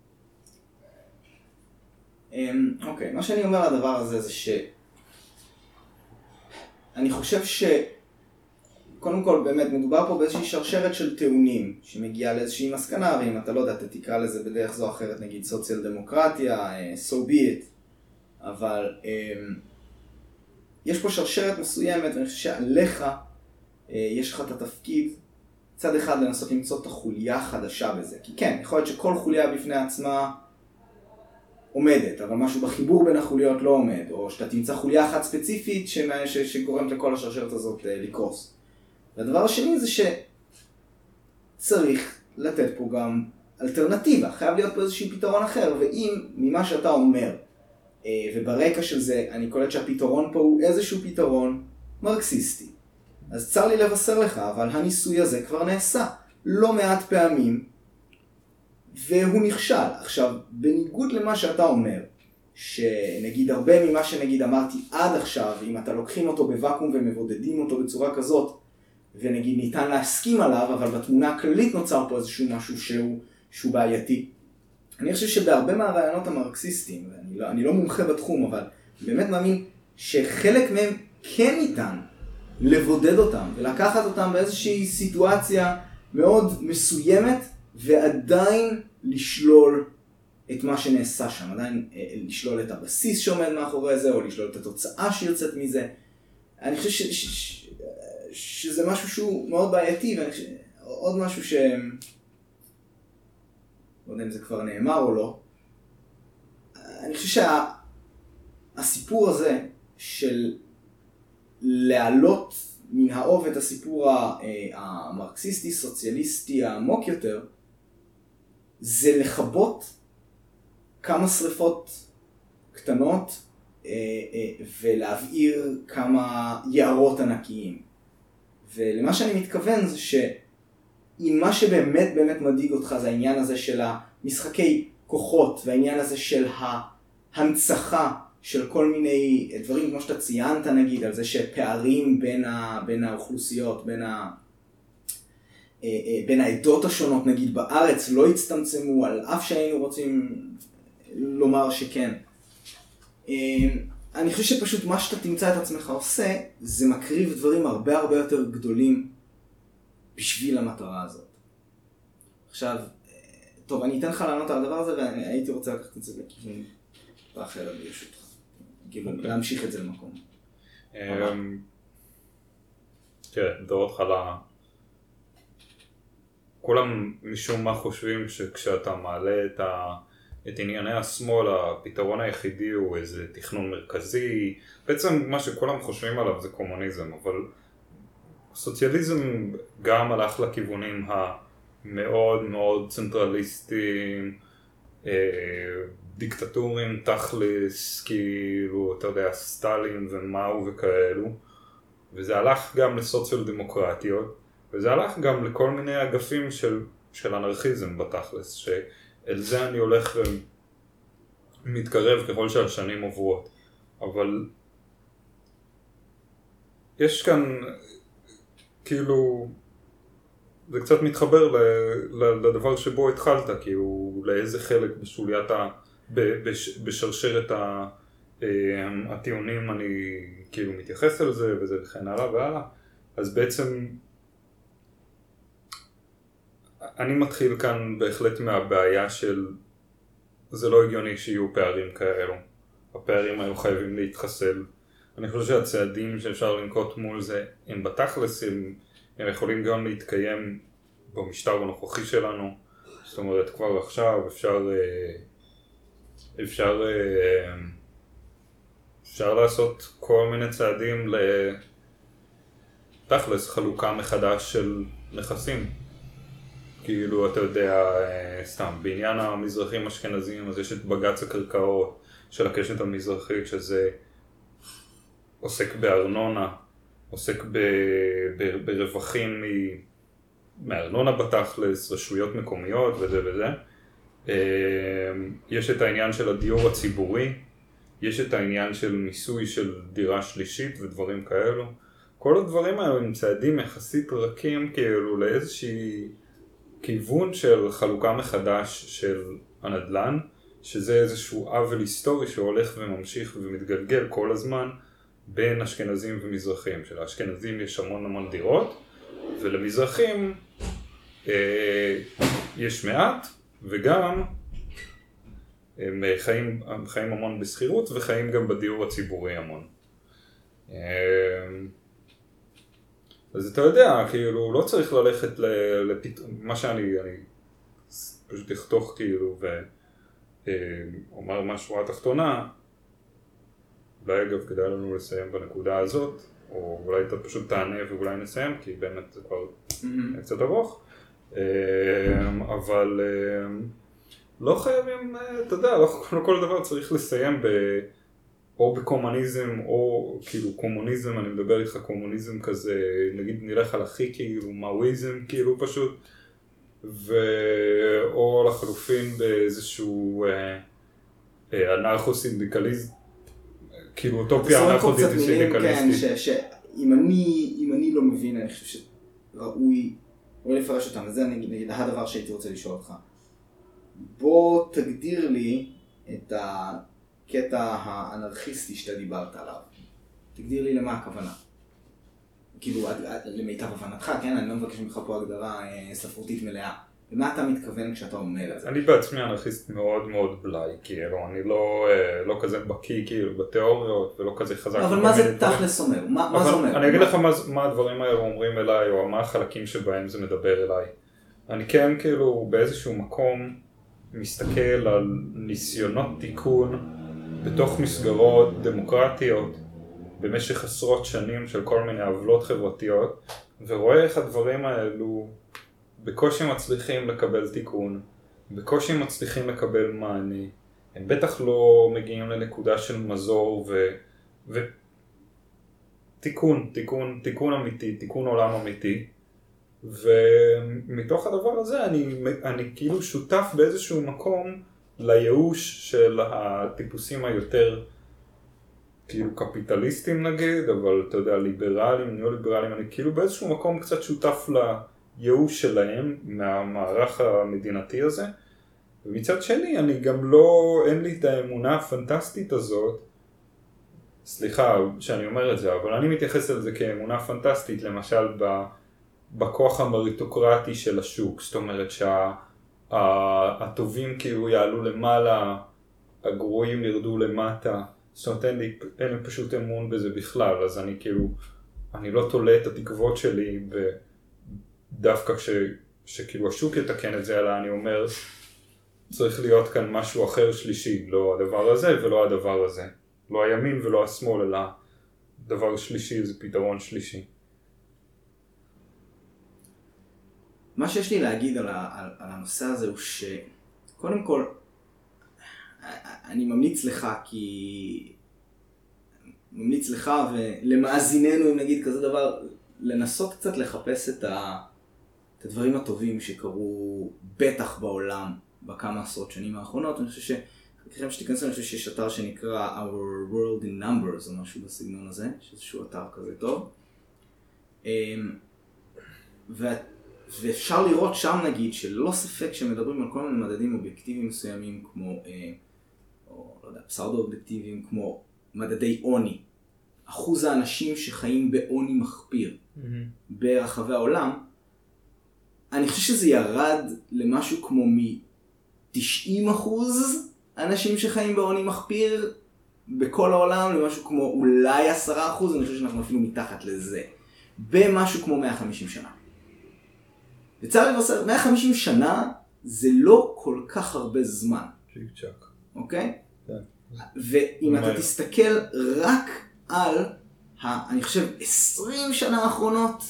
אוקיי, מה שאני אומר לדבר הזה זה ש... אני חושב ש... קודם כל באמת מדובר פה באיזושהי שרשרת של טיעונים שמגיעה לאיזושהי מסקנה, ואם אתה לא יודע, אתה תקרא לזה בדרך זו אחרת, נגיד סוציאל דמוקרטיה, so be it, אבל יש פה שרשרת מסוימת, ואני חושב שעליך יש לך את התפקיד צד אחד לנסות למצוא את החוליה החדשה בזה, כי כן, יכול להיות שכל חוליה בפני עצמה עומדת, אבל משהו בחיבור בין החוליות לא עומד, או שאתה תמצא חוליה אחת ספציפית שגורמת לכל השרשרת הזאת לקרוס. והדבר השני זה שצריך לתת פה גם אלטרנטיבה, חייב להיות פה איזשהו פתרון אחר, ואם ממה שאתה אומר, וברקע של זה אני קולט שהפתרון פה הוא איזשהו פתרון מרקסיסטי, אז צר לי לבשר לך, אבל הניסוי הזה כבר נעשה לא מעט פעמים, והוא נכשל. עכשיו, בניגוד למה שאתה אומר, שנגיד הרבה ממה שנגיד אמרתי עד עכשיו, אם אתה לוקחים אותו בוואקום ומבודדים אותו בצורה כזאת, ונגיד ניתן להסכים עליו, אבל בתמונה הכללית נוצר פה איזשהו משהו שהוא, שהוא בעייתי. אני חושב שבהרבה מהרעיונות המרקסיסטיים, ואני לא, אני לא מומחה בתחום, אבל באמת מאמין שחלק מהם כן ניתן לבודד אותם, ולקחת אותם באיזושהי סיטואציה מאוד מסוימת, ועדיין לשלול את מה שנעשה שם, עדיין אה, לשלול את הבסיס שעומד מאחורי זה, או לשלול את התוצאה שיוצאת מזה. אני חושב ש, ש, ש, שזה משהו שהוא מאוד בעייתי, ואני חושב, עוד משהו ש... לא יודע אם זה כבר נאמר או לא. אני חושב שהסיפור שה, הזה של להעלות מן האוב את הסיפור המרקסיסטי, סוציאליסטי, העמוק יותר, זה לחבות כמה שריפות קטנות ולהבעיר כמה יערות ענקיים. ולמה שאני מתכוון זה שאם מה שבאמת באמת מדאיג אותך זה העניין הזה של המשחקי כוחות והעניין הזה של ההנצחה של כל מיני דברים כמו שאתה ציינת נגיד, על זה שפערים בין, ה, בין האוכלוסיות, בין, ה, בין העדות השונות נגיד בארץ לא הצטמצמו, על אף שהיינו רוצים לומר שכן. אני חושב שפשוט מה שאתה תמצא את עצמך עושה, זה מקריב דברים הרבה הרבה יותר גדולים בשביל המטרה הזאת. עכשיו, טוב, אני אתן לך לענות על הדבר הזה, ואני הייתי רוצה לקחת את זה לכיוון אחרת ברשותך. כאילו, להמשיך את זה למקום. תראה, בתור התחלה, כולם משום מה חושבים שכשאתה מעלה את ה... את ענייני השמאל, הפתרון היחידי הוא איזה תכנון מרכזי. בעצם מה שכולם חושבים עליו זה קומוניזם, אבל סוציאליזם גם הלך לכיוונים המאוד מאוד צנטרליסטיים, דיקטטורים, תכלס, כאילו, אתה יודע, סטלין ומאו וכאלו, וזה הלך גם לסוציאל דמוקרטיות, וזה הלך גם לכל מיני אגפים של, של אנרכיזם בתכלס, ש... אל זה אני הולך ומתקרב ככל שהשנים עוברות, אבל יש כאן, כאילו, זה קצת מתחבר לדבר שבו התחלת, כאילו, לאיזה חלק בשוליית ה... בשרשרת ה... הטיעונים אני כאילו מתייחס על זה וזה וכן הלאה והלאה, אז בעצם אני מתחיל כאן בהחלט מהבעיה של זה לא הגיוני שיהיו פערים כאלו. הפערים היו חייבים להתחסל. אני חושב שהצעדים שאפשר לנקוט מול זה הם בתכלס, הם, הם יכולים גם להתקיים במשטר הנוכחי שלנו. זאת אומרת, כבר עכשיו אפשר, אפשר, אפשר לעשות כל מיני צעדים לתכלס חלוקה מחדש של נכסים. כאילו, אתה יודע, סתם, בעניין המזרחים אשכנזים, אז יש את בג"ץ הקרקעות של הקשת המזרחית, שזה עוסק בארנונה, עוסק ב, ב, ברווחים מארנונה בתכלס, רשויות מקומיות וזה וזה. יש את העניין של הדיור הציבורי, יש את העניין של מיסוי של דירה שלישית ודברים כאלו. כל הדברים האלו הם צעדים יחסית רכים כאילו לאיזושהי כיוון של חלוקה מחדש של הנדל"ן, שזה איזשהו עוול היסטורי שהולך וממשיך ומתגלגל כל הזמן בין אשכנזים ומזרחים. של האשכנזים יש המון המון דירות, ולמזרחים אה, יש מעט, וגם הם חיים, הם חיים המון בסחירות וחיים גם בדיור הציבורי המון. אה, אז אתה יודע, כאילו, לא צריך ללכת לפתרון, מה שאני, אני פשוט אכתוך כאילו ואומר משהו התחתונה, אולי אגב כדאי לנו לסיים בנקודה הזאת, או אולי אתה פשוט תענה ואולי נסיים, כי באמת זה כבר קצת ארוך, אבל לא חייבים, אתה יודע, לא כל דבר צריך לסיים ב... או בקומוניזם, או כאילו קומוניזם, אני מדבר איתך קומוניזם כזה, נגיד נלך על הכי כאילו מאוויזם, כאילו פשוט, ו... או לחלופין באיזשהו אה, אה, אנרכו-סינדיקליזם, כאילו אוטופיה אנרכו-סינדיקליסטית. כן, שאם אני, אם אני לא מבין, אני חושב שראוי, ראוי לפרש אותם, וזה נגיד הדבר שהייתי רוצה לשאול אותך. בוא תגדיר לי את ה... קטע האנרכיסטי שאתה דיברת עליו. תגדיר לי למה הכוונה. כאילו, למיטב הבנתך, כן? אני לא מבקש ממך פה הגדרה ספרותית מלאה. למה אתה מתכוון כשאתה אומר את זה? אני בעצמי אנרכיסט מאוד מאוד בלאי, כאילו, אני לא, לא כזה בקיא כאילו בתיאוריות ולא כזה חזק. אבל מה זה תכלס אומר? מה זה אומר? אני אגיד לך מה, מה הדברים האלה אומרים אליי, או מה החלקים שבהם זה מדבר אליי. אני כן כאילו באיזשהו מקום מסתכל על ניסיונות תיקון בתוך מסגרות דמוקרטיות במשך עשרות שנים של כל מיני עוולות חברתיות, ורואה איך הדברים האלו בקושי מצליחים לקבל תיקון, בקושי מצליחים לקבל מענה, הם בטח לא מגיעים לנקודה של מזור ו... ו... תיקון, תיקון, תיקון אמיתי, תיקון עולם אמיתי, ומתוך הדבר הזה אני, אני כאילו שותף באיזשהו מקום לייאוש של הטיפוסים היותר כאילו קפיטליסטים נגיד, אבל אתה יודע, ליברלים, ניאו-ליברלים, אני כאילו באיזשהו מקום קצת שותף לייאוש שלהם מהמערך המדינתי הזה, ומצד שני אני גם לא, אין לי את האמונה הפנטסטית הזאת סליחה שאני אומר את זה, אבל אני מתייחס לזה כאמונה פנטסטית, למשל בכוח המריטוקרטי של השוק, זאת אומרת שהטובים כאילו יעלו למעלה, הגרועים ירדו למטה, זאת אומרת אין לי, אין לי פשוט אמון בזה בכלל, אז אני כאילו, אני לא תולה את התקוות שלי דווקא כש, שכאילו השוק יתקן את זה, אלא אני אומר, צריך להיות כאן משהו אחר שלישי, לא הדבר הזה ולא הדבר הזה. לא הימין ולא השמאל, אלא דבר שלישי, זה פתרון שלישי. מה שיש לי להגיד על, ה, על, על הנושא הזה הוא שקודם כל, אני ממליץ לך כי... ממליץ לך ולמאזיננו, אם נגיד כזה דבר, לנסות קצת לחפש את, ה, את הדברים הטובים שקרו בטח בעולם בכמה עשרות שנים האחרונות. אני חושב ש... ככם שתיכנסו, אני חושב שיש אתר שנקרא Our World in Numbers או משהו בסגנון הזה, שאיזשהו אתר כזה טוב. ו... ואפשר לראות שם נגיד שללא ספק שמדברים על כל מיני מדדים אובייקטיביים מסוימים כמו, או לא יודע, פסאודו אובייקטיביים כמו מדדי עוני. אחוז האנשים שחיים בעוני מחפיר mm-hmm. ברחבי העולם, אני חושב שזה ירד למשהו כמו מ-תשעים אחוז אנשים שחיים בעוני מחפיר בכל העולם, למשהו כמו אולי עשרה אחוז, אני חושב שאנחנו אפילו מתחת לזה, במשהו כמו מאה וחמישים שנה. וצריך לבשר, מאה וחמישים שנה זה לא כל כך הרבה זמן. צ'יק צ'ק. אוקיי? כן. ואם אתה תסתכל רק על, ה, אני חושב, עשרים שנה האחרונות,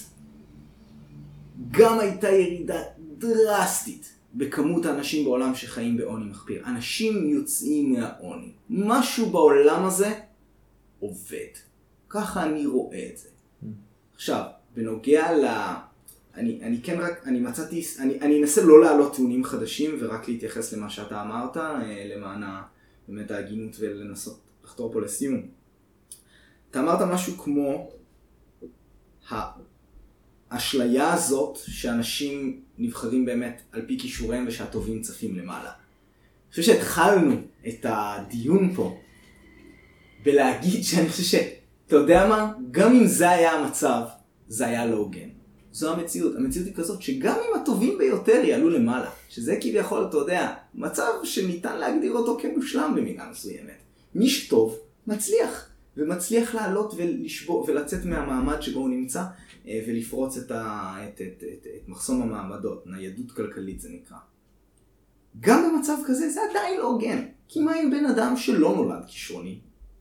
גם הייתה ירידה דרסטית בכמות האנשים בעולם שחיים בעוני מחפיר. אנשים יוצאים מהעוני. משהו בעולם הזה עובד. ככה אני רואה את זה. עכשיו, בנוגע ל... אני, אני כן רק, אני מצאתי, אני, אני אנסה לא להעלות טיעונים חדשים ורק להתייחס למה שאתה אמרת, למען באמת ההגינות ולנסות לחתור פה לסיום. אתה אמרת משהו כמו האשליה הזאת שאנשים נבחרים באמת על פי כישוריהם ושהטובים צפים למעלה. אני חושב שהתחלנו את הדיון פה בלהגיד שאני חושב ש... אתה יודע מה? גם אם זה היה המצב, זה היה לא הוגן. זו המציאות. המציאות היא כזאת שגם אם הטובים ביותר יעלו למעלה, שזה כביכול, אתה יודע, מצב שניתן להגדיר אותו כמושלם במידה מסוימת. מי שטוב מצליח, ומצליח לעלות ולשבור, ולצאת מהמעמד שבו הוא נמצא, ולפרוץ את, ה, את, את, את, את מחסום המעמדות, ניידות כלכלית זה נקרא. גם במצב כזה זה עדיין לא הוגן. כי מה עם בן אדם שלא נולד כישרוני?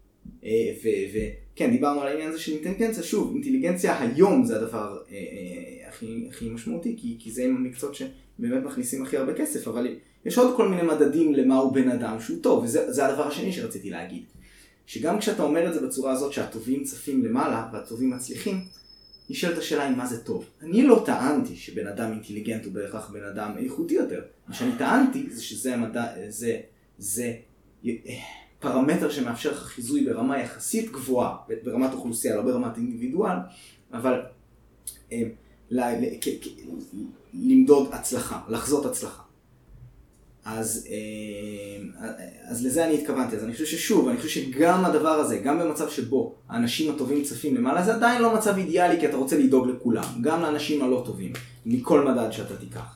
וכן, דיברנו על העניין הזה של אינטליגנציה. שוב, אינטליגנציה היום זה הדבר אה, אה, הכי, הכי משמעותי, כי, כי זה עם המקצועות שבאמת מכניסים הכי הרבה כסף, אבל יש עוד כל מיני מדדים למה הוא בן אדם שהוא טוב, וזה זה הדבר השני שרציתי להגיד. שגם כשאתה אומר את זה בצורה הזאת שהטובים צפים למעלה והטובים מצליחים, נשאלת השאלה היא מה זה טוב. אני לא טענתי שבן אדם אינטליגנט הוא בהכרח בן אדם איכותי יותר. מה שאני טענתי זה שזה המדע, זה, זה פרמטר שמאפשר לך חיזוי ברמה יחסית גבוהה, ברמת אוכלוסייה, לא ברמת אינדיבידואל, אבל למדוד הצלחה, לחזות הצלחה. אז, אז לזה אני התכוונתי. אז אני חושב ששוב, אני חושב שגם הדבר הזה, גם במצב שבו האנשים הטובים צפים למעלה, זה עדיין לא מצב אידיאלי, כי אתה רוצה לדאוג לכולם, גם לאנשים הלא טובים, מכל מדד שאתה תיקח.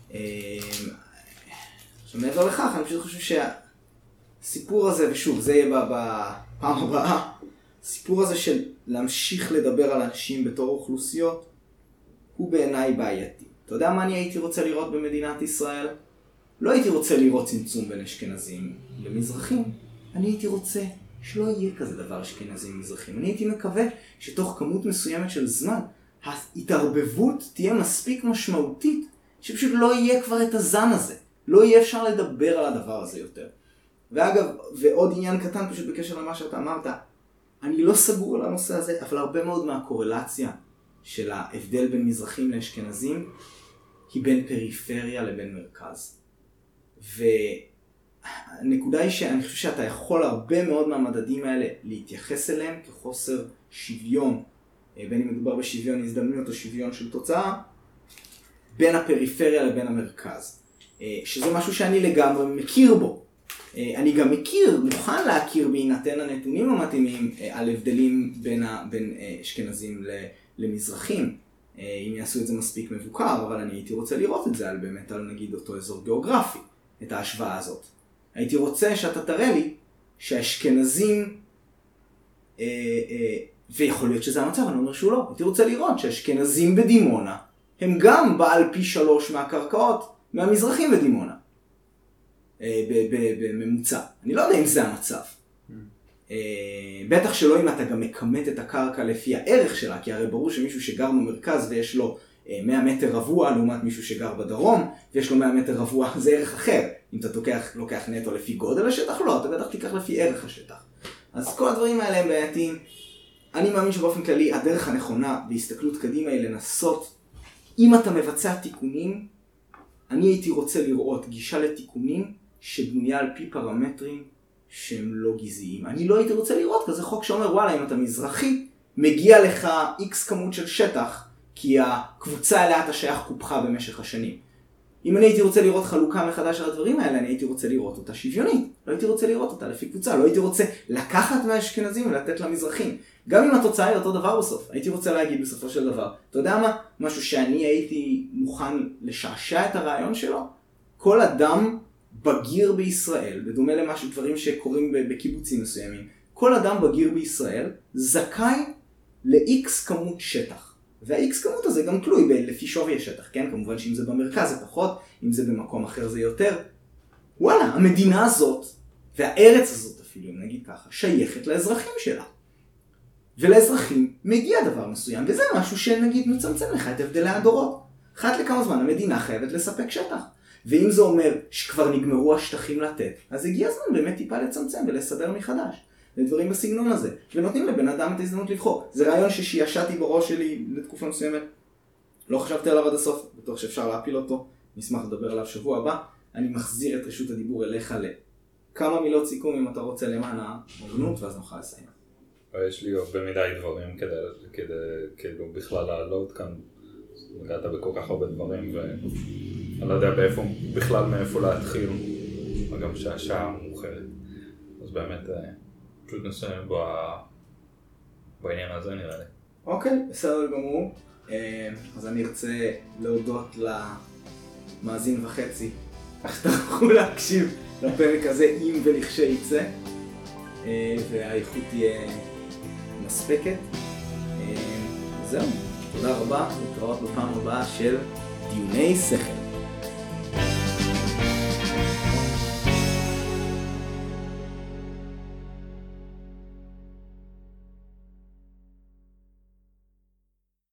עכשיו, מעבר לכך, אני פשוט חושב שהסיפור הזה, ושוב, זה יהיה בפעם הבאה, הסיפור הזה של להמשיך לדבר על אנשים בתור אוכלוסיות, הוא בעיניי בעייתי. אתה יודע מה אני הייתי רוצה לראות במדינת ישראל? לא הייתי רוצה לראות צמצום בין אשכנזים למזרחים. אני הייתי רוצה שלא יהיה כזה דבר אשכנזים ומזרחים. אני הייתי מקווה שתוך כמות מסוימת של זמן, ההתערבבות תהיה מספיק משמעותית, שפשוט לא יהיה כבר את הזן הזה. לא יהיה אפשר לדבר על הדבר הזה יותר. ואגב, ועוד עניין קטן פשוט בקשר למה שאתה אמרת, אני לא סגור על הנושא הזה, אבל הרבה מאוד מהקורלציה של ההבדל בין מזרחים לאשכנזים, היא בין פריפריה לבין מרכז. והנקודה היא שאני חושב שאתה יכול הרבה מאוד מהמדדים האלה להתייחס אליהם כחוסר שוויון, בין אם מדובר בשוויון הזדמנויות או שוויון של תוצאה, בין הפריפריה לבין המרכז. שזה משהו שאני לגמרי מכיר בו. אני גם מכיר, מוכן להכיר בהינתן הנתונים המתאימים על הבדלים בין, ה, בין אשכנזים למזרחים, אם יעשו את זה מספיק מבוקר, אבל אני הייתי רוצה לראות את זה על באמת על נגיד אותו אזור גיאוגרפי, את ההשוואה הזאת. הייתי רוצה שאתה תראה לי שהאשכנזים, אה, אה, ויכול להיות שזה המצב, אני אומר שהוא לא, הייתי רוצה לראות שהאשכנזים בדימונה הם גם בעל פי שלוש מהקרקעות מהמזרחים בדימונה. בממוצע. אני לא יודע אם זה המצב. בטח שלא אם אתה גם מקמת את הקרקע לפי הערך שלה, כי הרי ברור שמישהו שגר במרכז ויש לו מאה מטר רבוע לעומת מישהו שגר בדרום, ויש לו מאה מטר רבוע, זה ערך אחר. אם אתה לוקח, לוקח נטו לפי גודל השטח, לא, אתה בטח תיקח לפי ערך השטח. אז כל הדברים האלה הם בעייתיים. אני מאמין שבאופן כללי הדרך הנכונה בהסתכלות קדימה היא לנסות, אם אתה מבצע תיקונים, אני הייתי רוצה לראות גישה לתיקונים שבנויה על פי פרמטרים שהם לא גזעיים. אני לא הייתי רוצה לראות כזה חוק שאומר, וואלה, אם אתה מזרחי, מגיע לך איקס כמות של שטח, כי הקבוצה אליה אתה שייך קופחה במשך השנים. אם אני הייתי רוצה לראות חלוקה מחדש על הדברים האלה, אני הייתי רוצה לראות אותה שוויונית. לא הייתי רוצה לראות אותה לפי קבוצה, לא הייתי רוצה לקחת מהאשכנזים ולתת למזרחים. גם אם התוצאה היא אותו דבר בסוף, הייתי רוצה להגיד בסופו של דבר. אתה יודע מה? משהו שאני הייתי מוכן לשעשע את הרעיון שלו? כל אדם בגיר בישראל, בדומה למשהו, דברים שקורים בקיבוצים מסוימים, כל אדם בגיר בישראל זכאי ל-X כמות שטח. וה-X כמות הזה גם תלוי לפי שווי השטח, כן? כמובן שאם זה במרכז זה פחות, אם זה במקום אחר זה יותר. וואלה, המדינה הזאת, והארץ הזאת אפילו, אם נגיד ככה, שייכת לאזרחים שלה. ולאזרחים מגיע דבר מסוים, וזה משהו שנגיד מצמצם לך את הבדלי הדורות. אחת לכמה זמן המדינה חייבת לספק שטח. ואם זה אומר שכבר נגמרו השטחים לתת, אז הגיע הזמן באמת טיפה לצמצם ולסדר מחדש. לדברים בסגנון הזה. ונותנים לבן אדם את ההזדמנות לבחור. זה רעיון ששישעתי בראש שלי לתקופה מסוימת. לא חשבתי עליו עד הסוף, בטוח שאפשר להפיל אותו. נשמח לדבר עליו שבוע הבא. אני מחזיר את רשות הדיבור אליך לכמה מילות סיכום אם אתה רוצה למען ההוגנות, ואז נוכל לסיים. יש לי הרבה מדי דברים כדי, כדי, כאילו בכלל לעלות כאן. נגעת בכל כך הרבה דברים ואני לא יודע באיפה, בכלל מאיפה להתחיל, וגם שהשעה מאוחרת. אז באמת פשוט נסיים בעניין הזה נראה לי. אוקיי, בסדר גמור. אז אני ארצה להודות למאזין וחצי, איך תוכלו להקשיב לפרק הזה אם ולכשיצא, והאיכות תהיה מספקת. זהו. תודה רבה, נתראות בפעם הבאה של דיוני שכל.